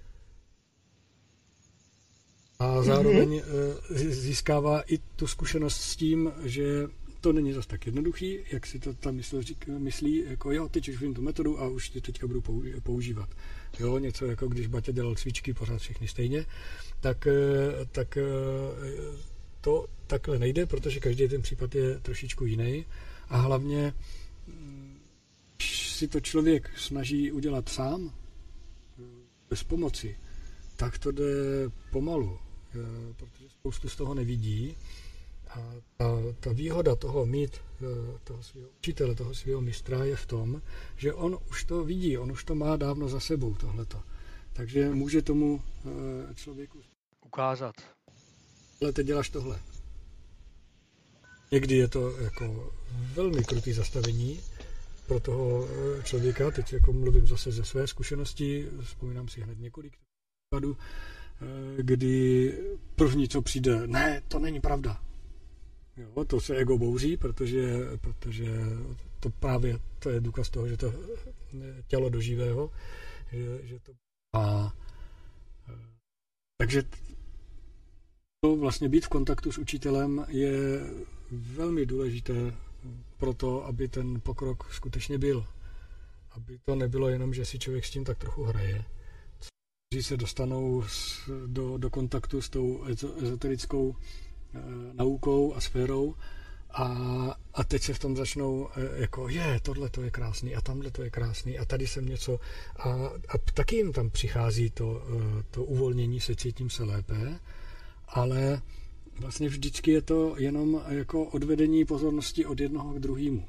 A zároveň mm-hmm. získává i tu zkušenost s tím, že to není zase tak jednoduchý, jak si to tam mysl, myslí, jako jo, teď už vím tu metodu a už ti teďka budu používat. Jo, něco jako když Baťa dělal cvičky pořád všechny stejně, tak, tak to takhle nejde, protože každý ten případ je trošičku jiný a hlavně když si to člověk snaží udělat sám, bez pomoci, tak to jde pomalu, protože spoustu z toho nevidí. A ta, ta výhoda toho mít toho svého učitele, toho svého mistra je v tom, že on už to vidí, on už to má dávno za sebou, tohleto. Takže může tomu člověku ukázat. Ale teď děláš tohle. Někdy je to jako velmi krutý zastavení pro toho člověka. Teď jako mluvím zase ze své zkušenosti, vzpomínám si hned několik případů, kdy první, co přijde, ne, to není pravda. Jo, to se ego bouří, protože, protože to právě to je důkaz toho, že to tělo do živého. Že, že to... A, takže to vlastně být v kontaktu s učitelem je velmi důležité pro to, aby ten pokrok skutečně byl. Aby to nebylo jenom, že si člověk s tím tak trochu hraje. Kteří se dostanou do, do kontaktu s tou ezoterickou naukou a sférou a, a teď se v tom začnou jako je, tohle to je krásný a tamhle to je krásný a tady jsem něco a, a taky jim tam přichází to, to uvolnění se, cítím se lépe, ale vlastně vždycky je to jenom jako odvedení pozornosti od jednoho k druhému.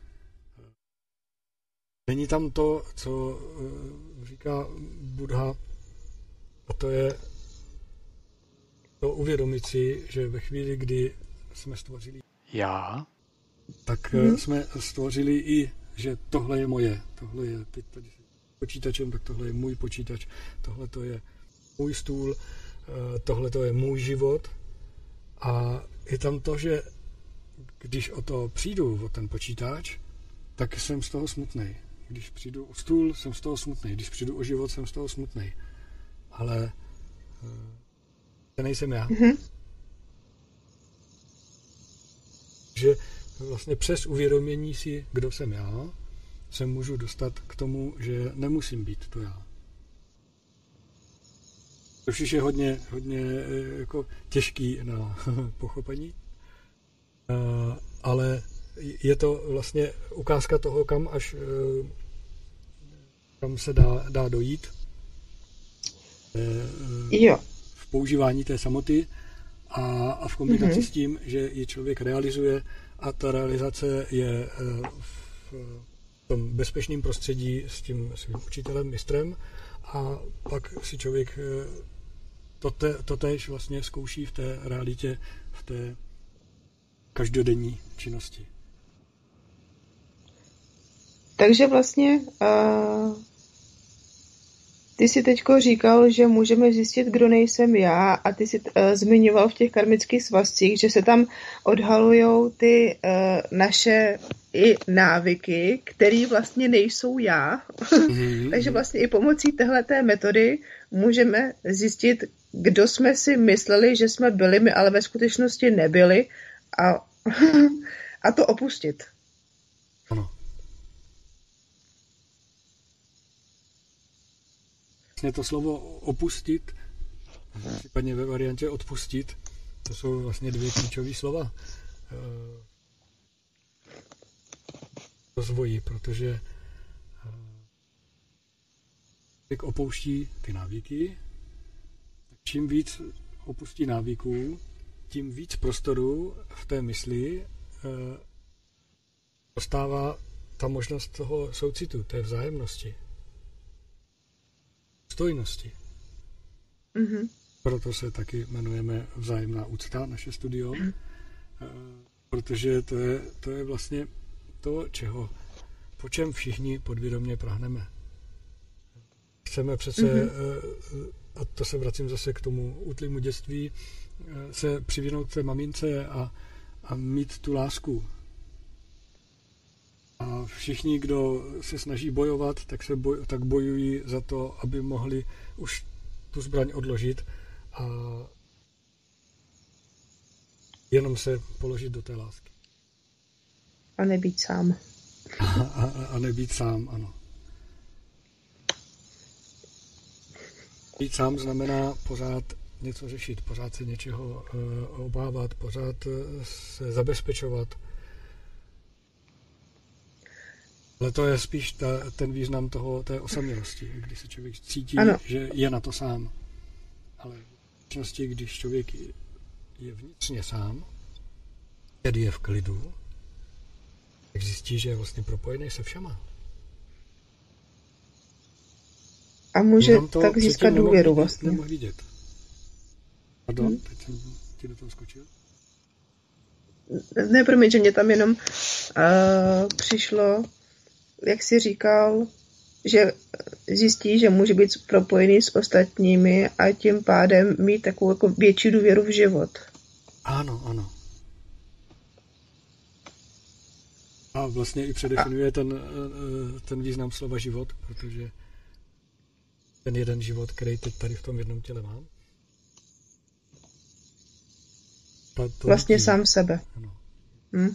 Není tam to, co říká Buddha, a to je to uvědomit si, že ve chvíli, kdy jsme stvořili já, tak hmm. jsme stvořili i, že tohle je moje, tohle je teď tady s počítačem, tak tohle je můj počítač, tohle to je můj stůl, tohle to je můj život a je tam to, že když o to přijdu, o ten počítač, tak jsem z toho smutnej. Když přijdu o stůl, jsem z toho smutnej. Když přijdu o život, jsem z toho smutnej. Ale to nejsem já. Mm-hmm. Že vlastně přes uvědomění si, kdo jsem já, se můžu dostat k tomu, že nemusím být to já. To už je hodně, hodně jako těžký na pochopení, ale je to vlastně ukázka toho, kam až kam se dá, dá dojít. Jo. V používání té samoty a, a v kombinaci mm-hmm. s tím, že ji člověk realizuje a ta realizace je v tom bezpečném prostředí s tím svým učitelem, mistrem a pak si člověk toté, totéž vlastně zkouší v té realitě, v té každodenní činnosti. takže vlastně uh, ty jsi teďko říkal, že můžeme zjistit, kdo nejsem já, a ty jsi uh, zmiňoval v těch karmických svazcích, že se tam odhalujou ty uh, naše i návyky, které vlastně nejsou já. Mm-hmm. Takže vlastně i pomocí téhleté metody můžeme zjistit, kdo jsme si mysleli, že jsme byli, my ale ve skutečnosti nebyli, a, a to opustit. Ano. Vlastně to slovo opustit, případně ve variantě odpustit, to jsou vlastně dvě klíčové slova rozvoji, protože člověk opouští ty návyky. Čím víc opustí návyků, tím víc prostoru v té mysli dostává ta možnost toho soucitu, té vzájemnosti, stojnosti. Mm-hmm. Proto se taky jmenujeme Vzájemná úcta, naše studio, mm. protože to je, to je vlastně to, čeho, po čem všichni podvědomě prahneme. Chceme přece, mm-hmm. a to se vracím zase k tomu útlimu dětství, se přivinout té mamince a, a mít tu lásku. A všichni, kdo se snaží bojovat, tak, se boj, tak bojují za to, aby mohli už tu zbraň odložit a jenom se položit do té lásky. A nebýt sám. A, a, a nebýt sám, ano. Být sám znamená pořád něco řešit, pořád se něčeho uh, obávat, pořád uh, se zabezpečovat. Ale to je spíš ta, ten význam toho, té osamělosti, kdy se člověk cítí, ano. že je na to sám. Ale v skutečnosti, když člověk je vnitřně sám, tedy je v klidu, tak zjistí, že je vlastně propojený se všema. A může tak získat důvěru vlastně. Nemohl vidět. Pardon, hmm. teď jsem ti do toho skočil. Ne, promiň, že mě tam jenom uh, přišlo, jak jsi říkal, že zjistí, že může být propojený s ostatními a tím pádem mít takovou jako větší důvěru v život. Ano, ano. A vlastně i předefinuje ten, ten význam slova život, protože ten jeden život, který teď tady v tom jednom těle mám. Vlastně tím. Sám sebe. Ano. Hm?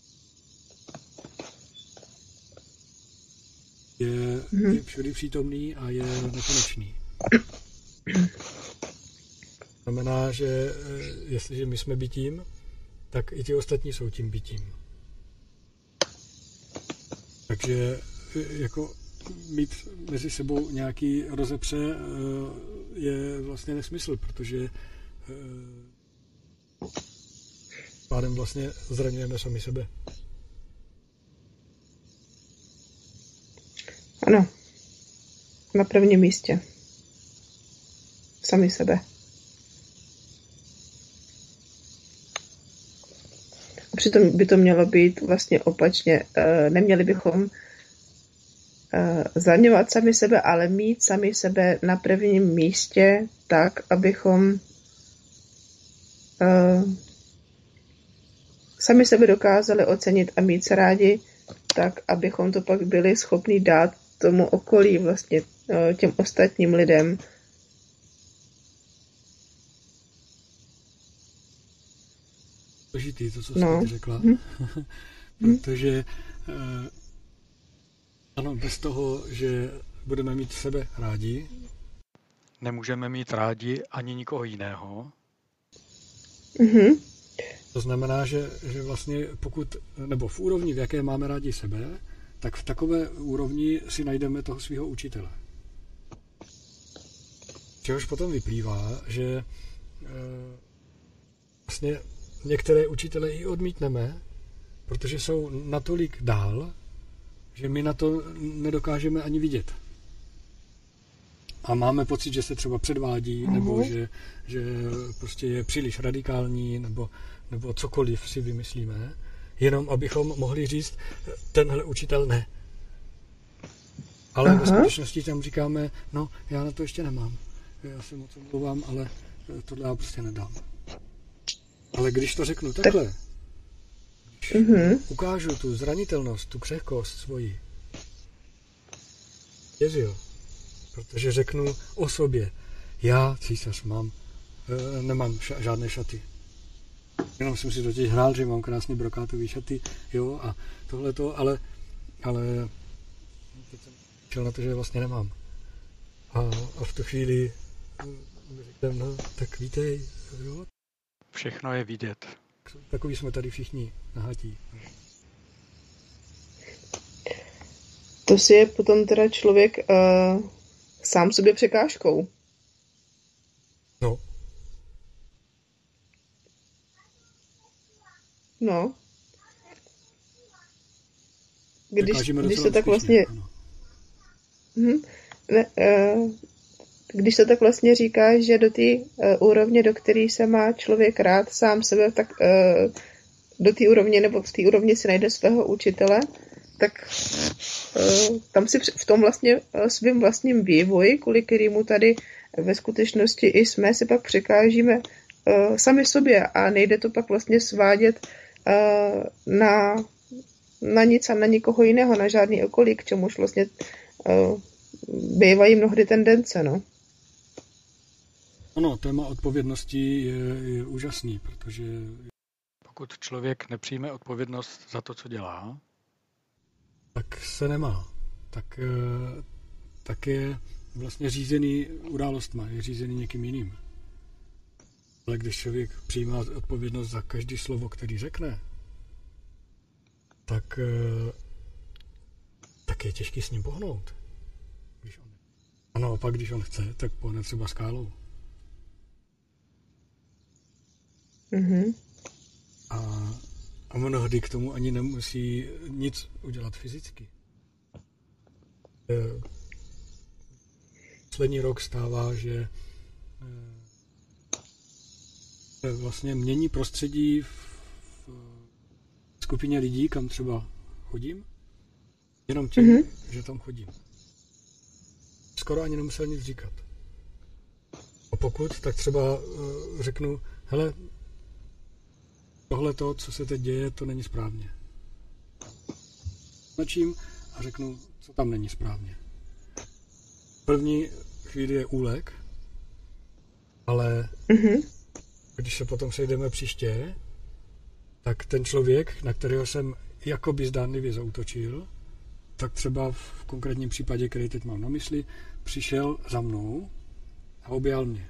Je, hm. je všudy přítomný a je nekonečný. Znamená, že jestliže my jsme bytím, tak i ti ostatní jsou tím bytím. Takže jako mít mezi sebou nějaký rozepře je vlastně nesmysl, protože pádem vlastně zraňujeme sami sebe. Ano. Na prvním místě. Sami sebe. A přitom by to mělo být vlastně opačně. Neměli bychom zraňovat sami sebe, ale mít sami sebe na prvním místě tak, abychom uh, sami sebe dokázali ocenit a mít se rádi tak, abychom to pak byli schopni dát tomu okolí, vlastně uh, těm ostatním lidem. Složitý to, co no. jsi řekla. Hmm. Protože uh, ano, bez toho, že budeme mít sebe rádi, nemůžeme mít rádi ani nikoho jiného. Mm-hmm. To znamená, že, že vlastně pokud, nebo v úrovni, v jaké máme rádi sebe, tak v takové úrovni si najdeme toho svého učitele. Čehož potom vyplývá, že e, vlastně některé učitele i odmítneme, protože jsou natolik dál, že my na to nedokážeme ani vidět. A máme pocit, že se třeba předvádí, uh-huh. nebo že, že prostě je příliš radikální, nebo, nebo cokoliv si vymyslíme, jenom abychom mohli říct, tenhle učitel ne. Ale Aha. ve skutečnosti tam říkáme, no, já na to ještě nemám. Já se moc omlouvám, ale tohle já prostě nedám. Ale když to řeknu takhle, když uh-huh. ukážu tu zranitelnost, tu křehkost svoji, jezil, protože řeknu o sobě, já, císař, mám, e, nemám ša- žádné šaty. Jenom jsem si totiž hrál, že mám krásně brokátový šaty, jo, a tohleto, ale, ale teď jsem šel na to, že vlastně nemám. A, a v tu chvíli řeknem, no, tak vítej, jo. Všechno je vidět. Takový jsme tady všichni nahatí. To si je potom teda člověk uh, sám sobě překážkou. No. No. Když, když se tak vlastně... Hm, ne, uh, když se tak vlastně říká, že do té uh, úrovně, do které se má člověk rád sám sebe, tak uh, do té úrovně nebo v té úrovni si najde svého učitele, tak uh, tam si v tom vlastně uh, svým vlastním vývoji, kvůli kterému tady ve skutečnosti i jsme, si pak překážíme uh, sami sobě a nejde to pak vlastně svádět uh, na, na nic a na nikoho jiného, na žádný okolí, k čemuž vlastně uh, bývají mnohdy tendence, no. Ano, téma odpovědnosti je, je úžasný, protože pokud člověk nepřijme odpovědnost za to, co dělá, tak se nemá. Tak, tak je vlastně řízený událostma, je řízený někým jiným. Ale když člověk přijímá odpovědnost za každý slovo, který řekne, tak, tak je těžký s ním pohnout. Když on... A naopak, když on chce, tak pohne třeba skálou. Mm-hmm. A, a mnohdy k tomu ani nemusí nic udělat fyzicky. Poslední rok stává, že vlastně mění prostředí v skupině lidí, kam třeba chodím, jenom tím, mm-hmm. že tam chodím. Skoro ani nemusel nic říkat. A pokud, tak třeba řeknu, hele, tohle to, co se teď děje, to není správně. Značím a řeknu, co tam není správně. První chvíli je úlek, ale mm-hmm. když se potom sejdeme příště, tak ten člověk, na kterého jsem jakoby zdánlivě zaútočil, tak třeba v konkrétním případě, který teď mám na mysli, přišel za mnou a objal mě.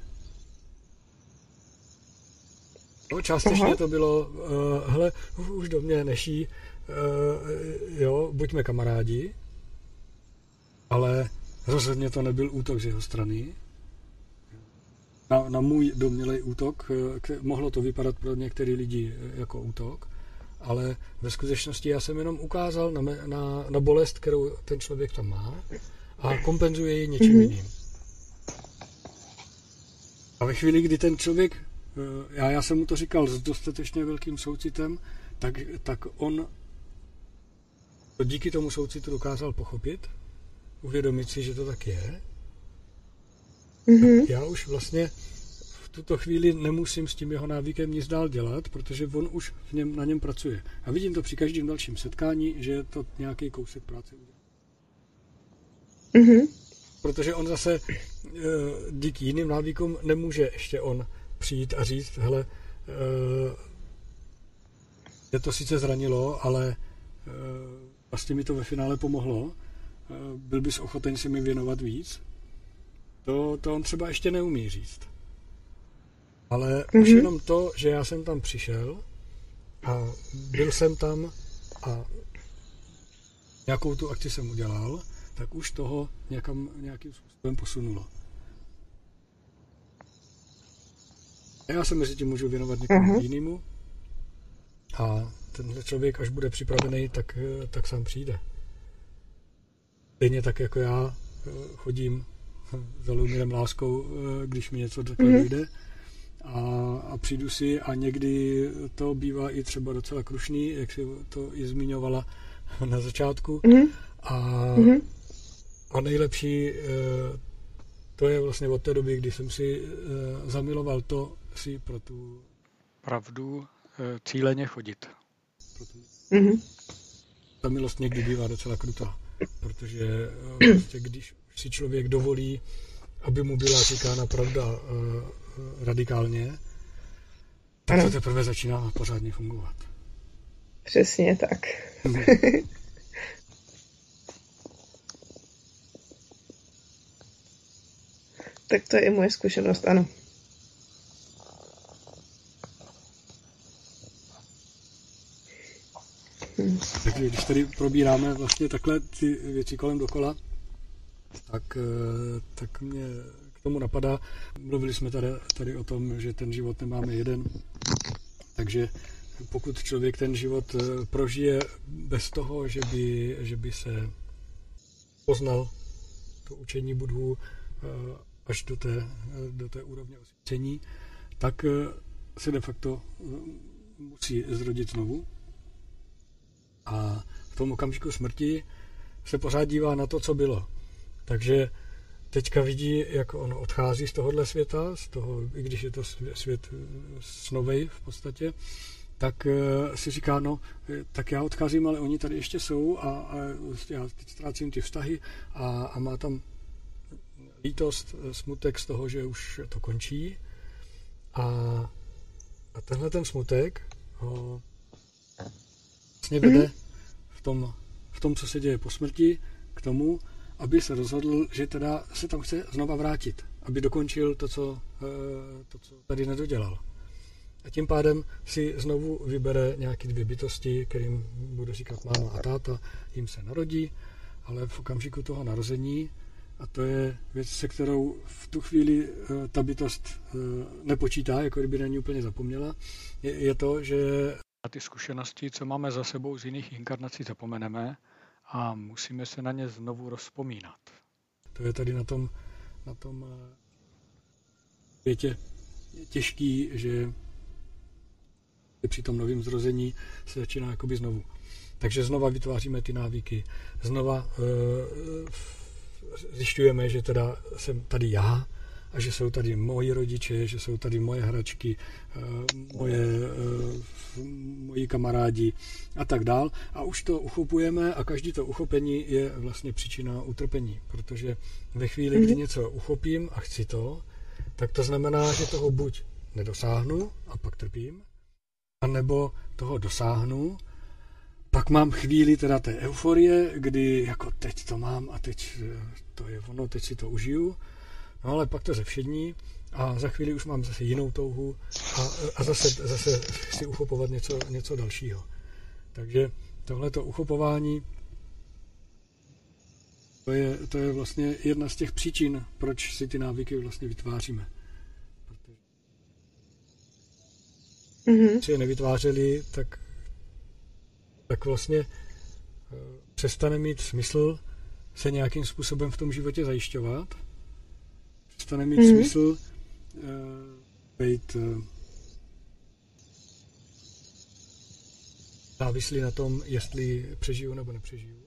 No, částečně Aha. to bylo, uh, hele, uh, už do mě neší, uh, jo, buďme kamarádi, ale rozhodně to nebyl útok z jeho strany. Na, na můj domnělej útok, k, mohlo to vypadat pro některé lidi jako útok, ale ve skutečnosti já jsem jenom ukázal na, me, na, na bolest, kterou ten člověk tam má a kompenzuje ji něčím mm-hmm. jiným. A ve chvíli, kdy ten člověk, já, já jsem mu to říkal s dostatečně velkým soucitem, tak, tak on to díky tomu soucitu dokázal pochopit, uvědomit si, že to tak je. Mm-hmm. Já už vlastně v tuto chvíli nemusím s tím jeho návykem nic dál dělat, protože on už v něm, na něm pracuje. A vidím to při každém dalším setkání, že je to nějaký kousek práce udělá. Mm-hmm. Protože on zase díky jiným návykům nemůže ještě on přijít a říct, hele, je to sice zranilo, ale vlastně mi to ve finále pomohlo. Byl bys ochoten si mi věnovat víc? To, to on třeba ještě neumí říct. Ale mm-hmm. už jenom to, že já jsem tam přišel a byl jsem tam a nějakou tu akci jsem udělal, tak už toho nějakam, nějakým způsobem posunulo. A já se mezi tím můžu věnovat někomu uh-huh. jinému a tenhle člověk, až bude připravený, tak, tak sám přijde. Stejně tak, jako já chodím za Lumirem láskou, když mi něco takhle uh-huh. dojde a, a přijdu si a někdy to bývá i třeba docela krušný, jak si to i zmiňovala na začátku. Uh-huh. A, uh-huh. A nejlepší to je vlastně od té doby, kdy jsem si zamiloval to si pro tu pravdu cíleně chodit. Mm-hmm. Ta milost někdy bývá docela krutá, protože vlastně, když si člověk dovolí, aby mu byla říkána pravda radikálně, tak to teprve začíná pořádně fungovat. Přesně tak. Tak to je i moje zkušenost, ano. Hmm. Takže když tady probíráme vlastně takhle ty věci kolem dokola, tak, tak mě k tomu napadá, mluvili jsme tady, tady o tom, že ten život nemáme jeden, takže pokud člověk ten život prožije bez toho, že by, že by se poznal to učení Budhu až do té, do té úrovně osvícení, tak se de facto musí zrodit znovu. A v tom okamžiku smrti se pořád dívá na to, co bylo. Takže teďka vidí, jak on odchází z tohohle světa, z toho, i když je to svět snovej v podstatě, tak si říká, no, tak já odcházím, ale oni tady ještě jsou a, a já teď ztrácím ty vztahy a, a má tam lítost, smutek z toho, že už to končí. A, a tenhle ten smutek ho vlastně vede v tom, v tom, co se děje po smrti, k tomu, aby se rozhodl, že teda se tam chce znova vrátit, aby dokončil to, co, to, co tady nedodělal. A tím pádem si znovu vybere nějaké dvě bytosti, kterým budu říkat máma a táta, jim se narodí, ale v okamžiku toho narození, a to je věc, se kterou v tu chvíli ta bytost nepočítá, jako kdyby na ní úplně zapomněla, je, je to, že na ty zkušenosti, co máme za sebou z jiných inkarnací, zapomeneme a musíme se na ně znovu rozpomínat. To je tady na tom, na tom světě těžký, že při tom novém zrození se začíná jakoby znovu. Takže znova vytváříme ty návyky, znova uh, zjišťujeme, že teda jsem tady já a že jsou tady moji rodiče, že jsou tady moje hračky, moje, moji kamarádi a tak dál. A už to uchopujeme a každý to uchopení je vlastně příčina utrpení, protože ve chvíli, kdy něco uchopím a chci to, tak to znamená, že toho buď nedosáhnu a pak trpím, anebo toho dosáhnu, pak mám chvíli teda té euforie, kdy jako teď to mám a teď to je ono, teď si to užiju. No ale pak to zevšední a za chvíli už mám zase jinou touhu a, a zase, zase si uchopovat něco, něco dalšího. Takže tohleto uchopování to je, to je vlastně jedna z těch příčin, proč si ty návyky vlastně vytváříme. Protože mm-hmm. si je nevytvářeli, tak, tak vlastně přestane mít smysl se nějakým způsobem v tom životě zajišťovat. Přestane mít mm-hmm. smysl uh, být uh, závislý na tom, jestli přežiju nebo nepřežiju.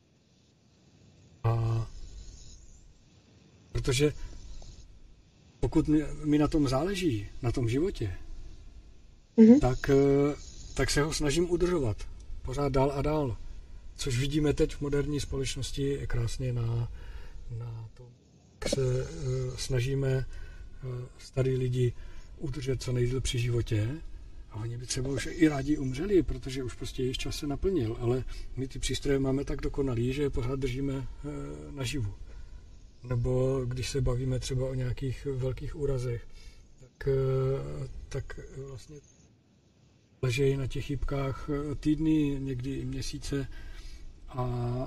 A protože pokud mi na tom záleží, na tom životě, mm-hmm. tak, uh, tak se ho snažím udržovat pořád dál a dál. Což vidíme teď v moderní společnosti krásně na, na tom, jak se uh, snažíme uh, starý lidi udržet co nejdéle při životě a oni by třeba už i rádi umřeli, protože už prostě jejich čas se naplnil, ale my ty přístroje máme tak dokonalý, že je pořád držíme uh, naživu. Nebo když se bavíme třeba o nějakých velkých úrazech, tak, uh, tak vlastně ležejí na těch jipkách týdny, někdy i měsíce a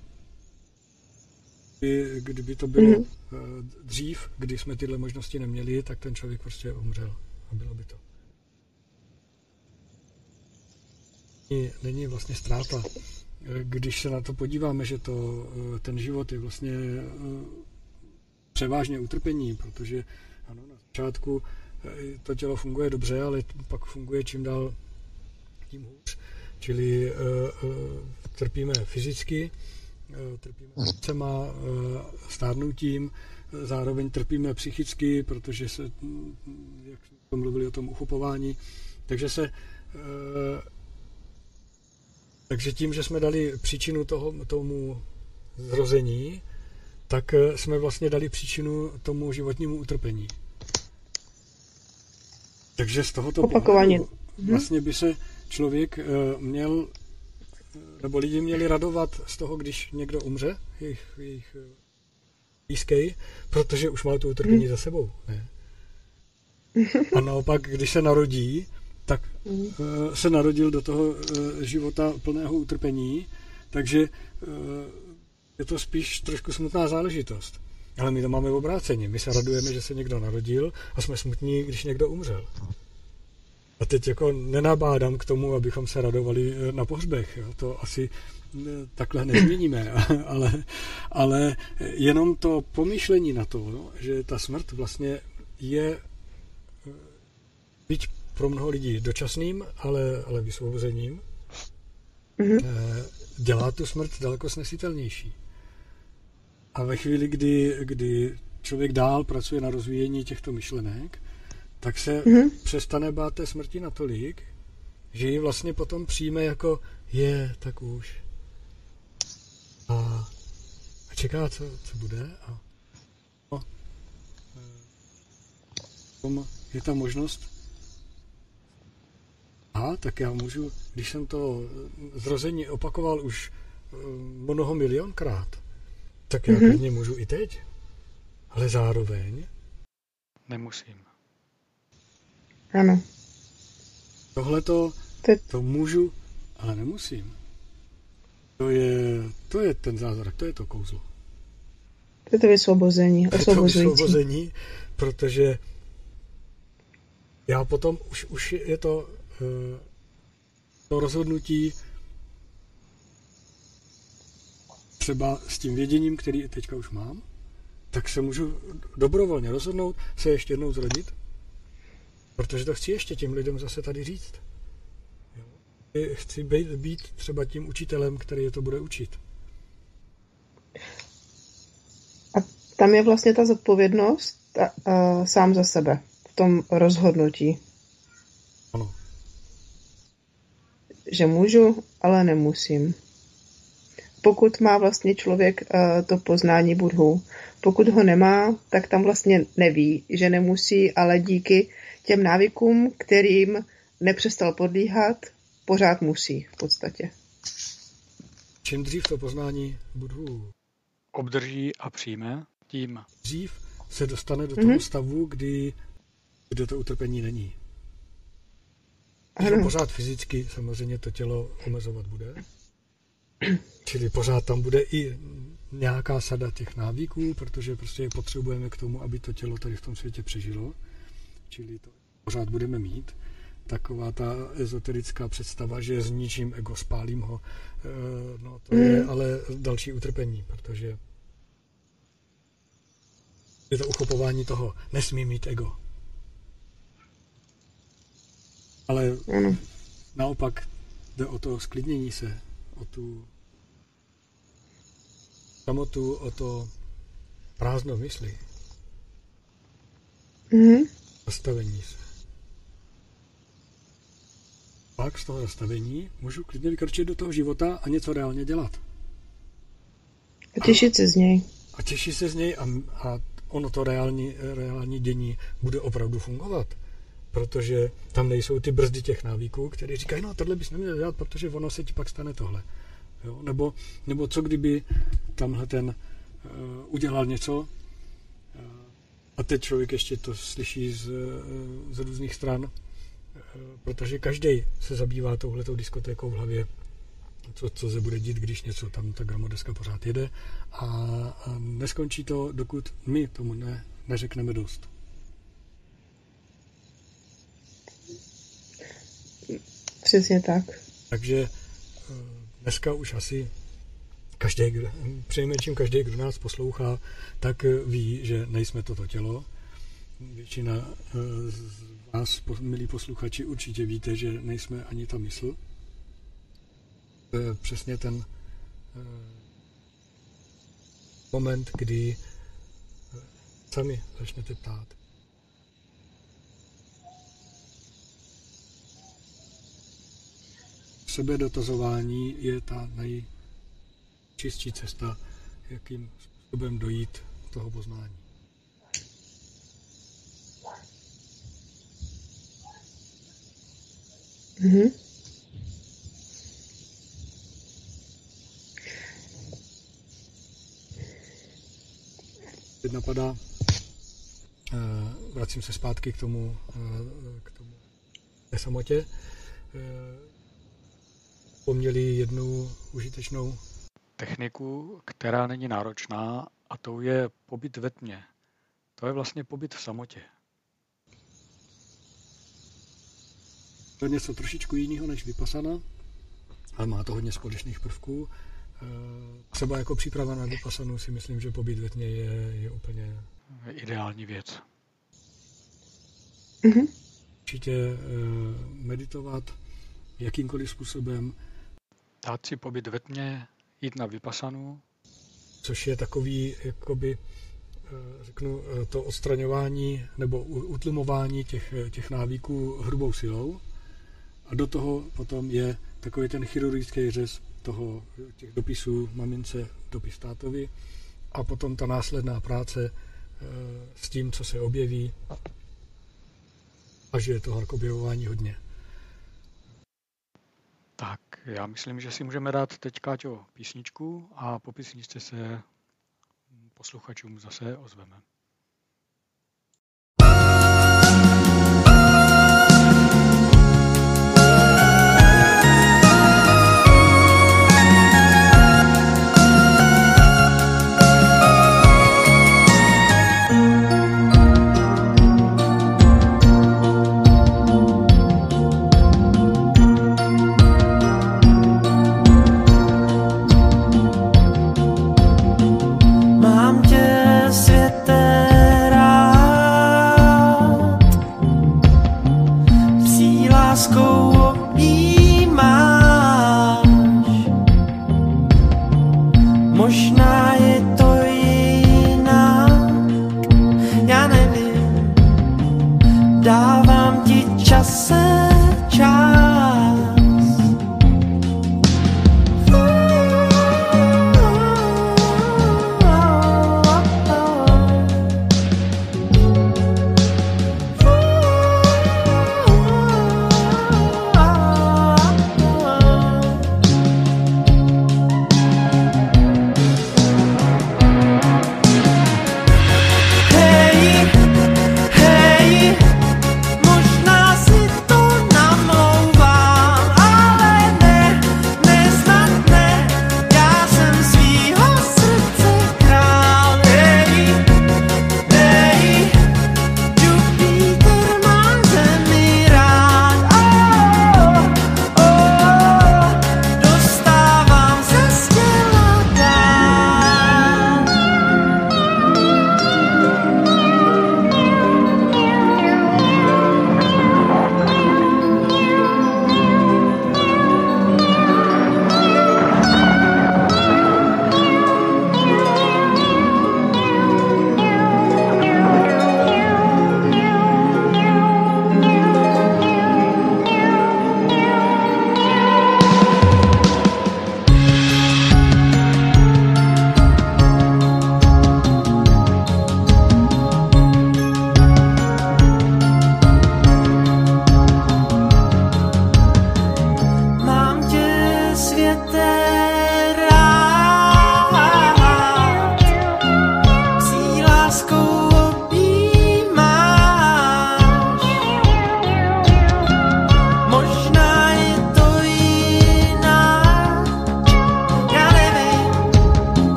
kdyby to bylo mm-hmm. dřív, kdy jsme tyhle možnosti neměli, tak ten člověk prostě umřel a bylo by to. Není vlastně ztráta. Když se na to podíváme, že to, ten život je vlastně převážně utrpení, protože ano, na začátku to tělo funguje dobře, ale pak funguje čím dál tím hůř. Čili uh, uh, trpíme fyzicky, trpíme nemocema, stárnutím, zároveň trpíme psychicky, protože se, jak jsme mluvili o tom uchopování, takže se takže tím, že jsme dali příčinu toho, tomu zrození, tak jsme vlastně dali příčinu tomu životnímu utrpení. Takže z tohoto pohledu vlastně by se člověk měl, nebo lidi měli radovat z toho, když někdo umře, jejich, jejich blízký, protože už má to utrpení hmm. za sebou. Ne? A naopak, když se narodí, tak hmm. se narodil do toho života plného utrpení, takže je to spíš trošku smutná záležitost. Ale my to máme v obráceně. My se radujeme, že se někdo narodil a jsme smutní, když někdo umřel. A teď jako nenabádám k tomu, abychom se radovali na pohřbech. Jo. To asi takhle nezměníme. ale, ale jenom to pomyšlení na to, jo, že ta smrt vlastně je byť pro mnoho lidí dočasným, ale, ale vysvobozením, mm-hmm. dělá tu smrt daleko snesitelnější. A ve chvíli, kdy, kdy člověk dál pracuje na rozvíjení těchto myšlenek, tak se mm-hmm. přestane bát té smrti natolik, že ji vlastně potom přijme jako je, tak už. A, a čeká, co, co bude. A no, tom je ta možnost. A tak já můžu, když jsem to zrození opakoval už mnoho milionkrát, tak já mm-hmm. klidně můžu i teď. Ale zároveň nemusím. Ano. Tohle to, to můžu, ale nemusím. To je, to je ten zázrak, to je to kouzlo. To je to vysvobození, osvobozující. To je to vysvobození, protože já potom, už, už je to, to rozhodnutí třeba s tím věděním, který teďka už mám, tak se můžu dobrovolně rozhodnout se ještě jednou zrodit, protože to chci ještě těm lidem zase tady říct. Jo. Chci být, být třeba tím učitelem, který je to bude učit. A tam je vlastně ta zodpovědnost a, a, sám za sebe v tom rozhodnutí. Ano. Že můžu, ale nemusím. Pokud má vlastně člověk uh, to poznání Budhu, pokud ho nemá, tak tam vlastně neví, že nemusí, ale díky těm návykům, kterým nepřestal podlíhat, pořád musí v podstatě. Čím dřív to poznání Budhu obdrží a přijme, tím dřív se dostane do toho mm-hmm. stavu, kdy, kdy to utrpení není. Že pořád fyzicky samozřejmě to tělo omezovat bude. Čili pořád tam bude i nějaká sada těch návyků, protože prostě je potřebujeme k tomu, aby to tělo tady v tom světě přežilo. Čili to pořád budeme mít. Taková ta ezoterická představa, že zničím ego, spálím ho, no to je ale další utrpení, protože je to uchopování toho, nesmí mít ego. Ale naopak jde o to sklidnění se, o tu samotu, o to prázdno v mysli. Mm-hmm. Zastavení se. Pak z toho zastavení můžu klidně vykročit do toho života a něco reálně dělat. A těšit se z něj. A těšit se z něj a, a ono to reální, reální dění bude opravdu fungovat. Protože tam nejsou ty brzdy těch návyků, které říkají, no tohle bys neměl dělat, protože ono se ti pak stane tohle. Jo? Nebo, nebo co kdyby tamhle ten uh, udělal něco uh, a teď člověk ještě to slyší z, uh, z různých stran, uh, protože každý se zabývá touhletou diskotékou v hlavě, co, co se bude dít, když něco tam ta gramodeska pořád jede a, a neskončí to, dokud my tomu ne, neřekneme dost. Přesně tak. Takže dneska už asi každý, přejmenším každý, kdo nás poslouchá, tak ví, že nejsme toto tělo. Většina z vás, milí posluchači, určitě víte, že nejsme ani ta mysl. To je přesně ten moment, kdy sami začnete ptát. Sebedotazování je ta nejčistší cesta, jakým způsobem dojít toho poznání. Mhm. Teď napadá, vracím se zpátky k tomu, k tomu té samotě, poměli jednu užitečnou techniku, která není náročná, a to je pobyt ve tmě. To je vlastně pobyt v samotě. To je něco trošičku jiného než vipassana, ale má to hodně společných prvků. Třeba jako příprava na vipassanu si myslím, že pobyt ve tmě je, je úplně ideální věc. Mhm. Určitě meditovat jakýmkoliv způsobem. Dát si pobyt ve tmě, jít na vipassanu. Což je takový, jakoby, řeknu, to odstraňování nebo utlumování těch, těch návyků hrubou silou. A do toho potom je takový ten chirurgický řez toho, těch dopisů mamince, dopis tátovi a potom ta následná práce s tím, co se objeví, a že je toho objevování hodně. Tak, já myslím, že si můžeme dát teď, Káťo, písničku a po písničce se posluchačům zase ozveme. Mám tě, světe,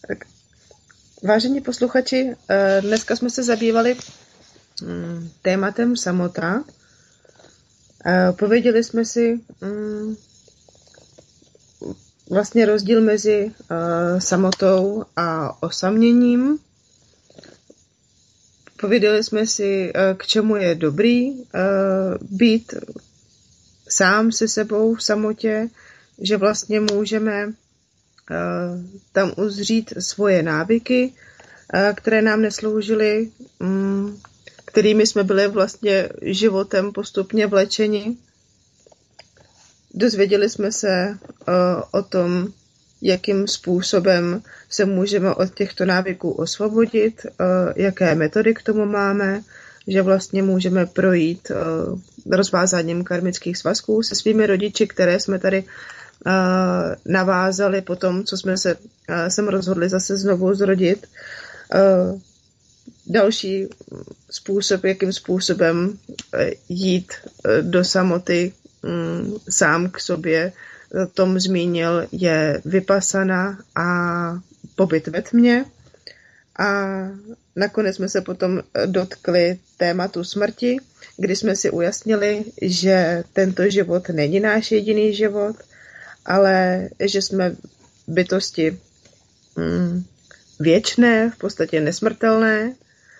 Tak, vážení posluchači, dneska jsme se zabývali tématem samota. Pověděli jsme si vlastně rozdíl mezi samotou a osaměním. Pověděli jsme si, k čemu je dobrý být sám se sebou v samotě, že vlastně můžeme tam uzřít svoje návyky, které nám nesloužily, kterými jsme byli vlastně životem postupně vlečeni. Dozvěděli jsme se o tom, jakým způsobem se můžeme od těchto návyků osvobodit, jaké metody k tomu máme, že vlastně můžeme projít rozvázáním karmických svazků se svými rodiči, které jsme tady navázali po tom, co jsme se sem rozhodli zase znovu zrodit. Další způsob, jakým způsobem jít do samoty sám k sobě, Tom zmínil, je vipassana a pobyt ve tmě. A nakonec jsme se potom dotkli tématu smrti, kdy jsme si ujasnili, že tento život není náš jediný život, ale že jsme bytosti mm, věčné, v podstatě nesmrtelné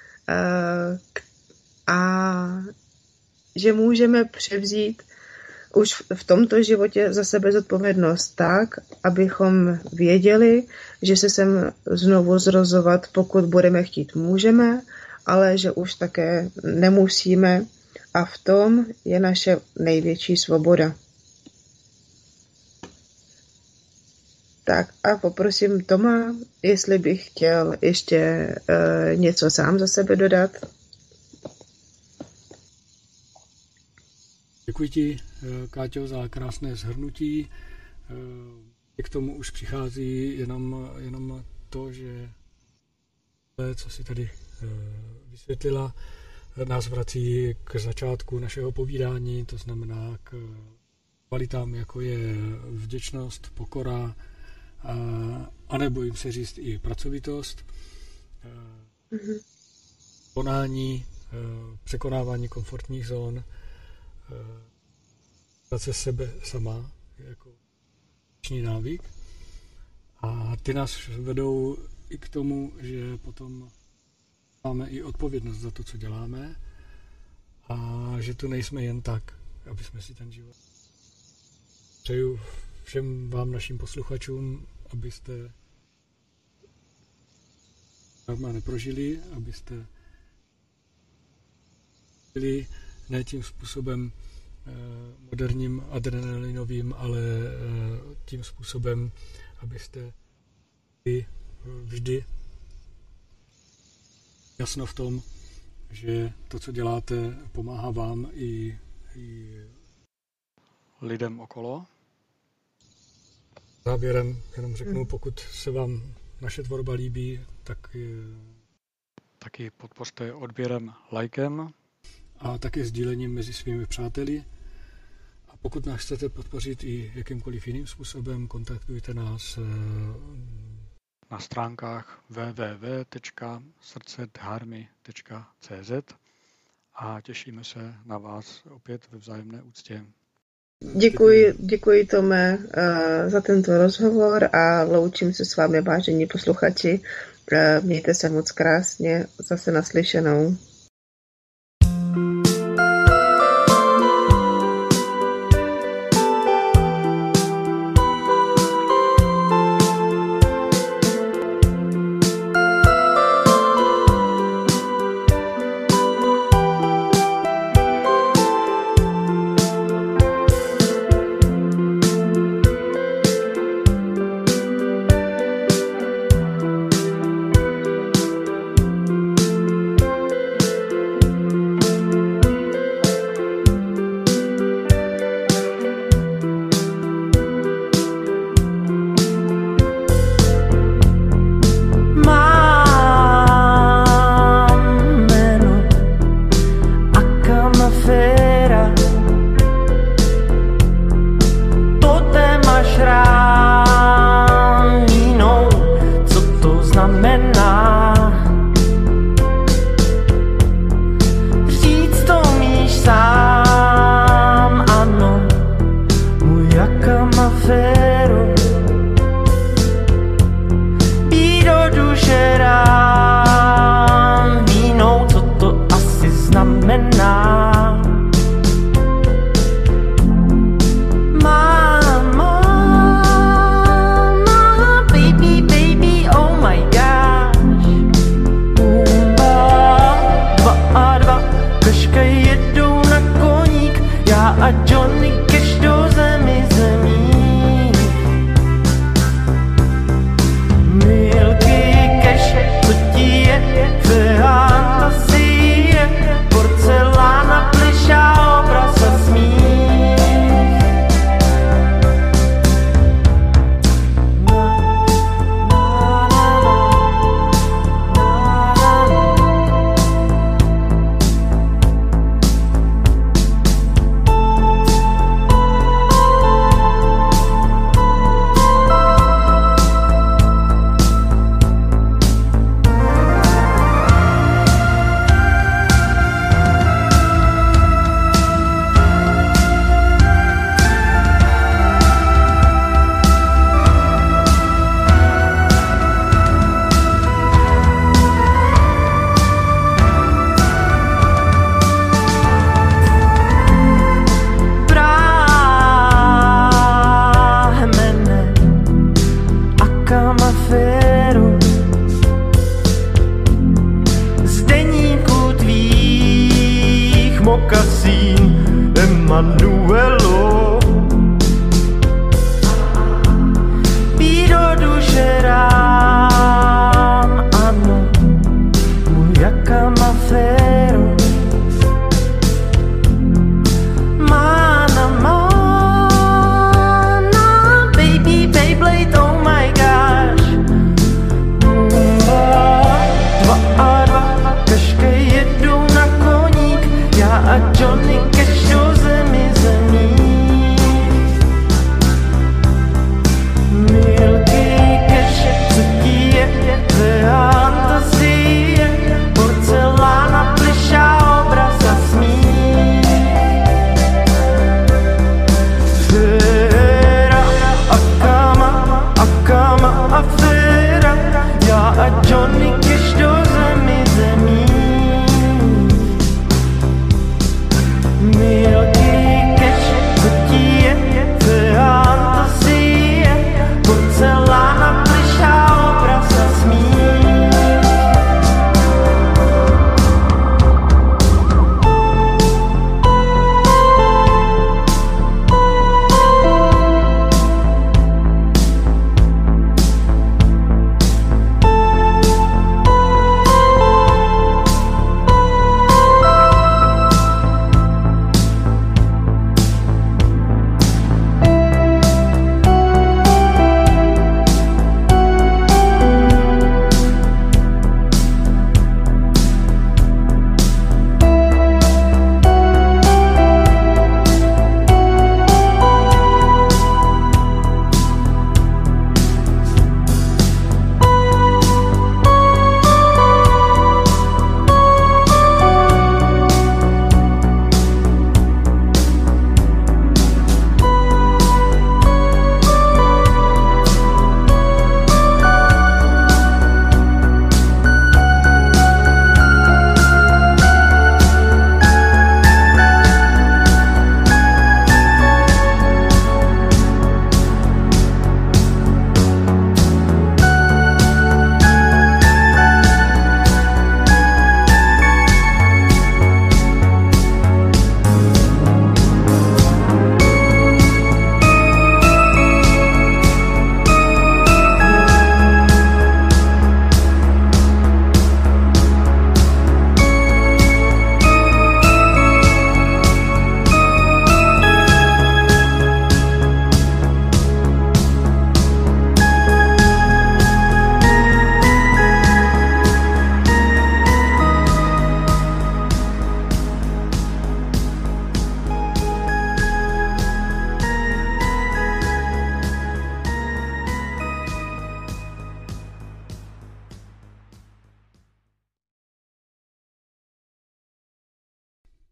a že můžeme převzít už v tomto životě za sebe zodpovědnost tak, abychom věděli, že se sem znovu zrozovat, pokud budeme chtít, můžeme, ale že už také nemusíme a v tom je naše největší svoboda. Tak a poprosím Toma, jestli bych chtěl ještě uh, něco sám za sebe dodat. Děkuji ti, Káťo, za krásné shrnutí. K tomu už přichází jenom, jenom to, že to, co si tady vysvětlila, nás vrací k začátku našeho povídání, to znamená k kvalitám, jako je vděčnost, pokora, a nebo jim se říct i pracovitost, mm-hmm. konání, překonávání komfortních zón, se sebe sama jako věčný návyk. A ty nás vedou i k tomu, že potom máme i odpovědnost za to, co děláme a že tu nejsme jen tak, aby jsme si ten život. Přeju všem vám, našim posluchačům, abyste karma neprožili, abyste byli ne tím způsobem moderním adrenalinovým, ale tím způsobem, abyste i vždy jasno v tom, že to, co děláte, pomáhá vám i, i lidem okolo. Závěrem jenom řeknu, pokud se vám naše tvorba líbí, tak taky podpořte odběrem, lajkem a také sdílením mezi svými přáteli. A pokud nás chcete podpořit i jakýmkoliv jiným způsobem, kontaktujte nás na stránkách w w w tečka srdce dharmy tečka c z a těšíme se na vás opět ve vzájemné úctě. Děkuji, děkuji Tome za tento rozhovor a loučím se s vámi, vážení posluchači. Mějte se moc krásně, zase naslyšenou.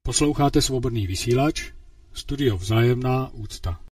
Posloucháte Svobodný vysílač, studio Vzájemná úcta.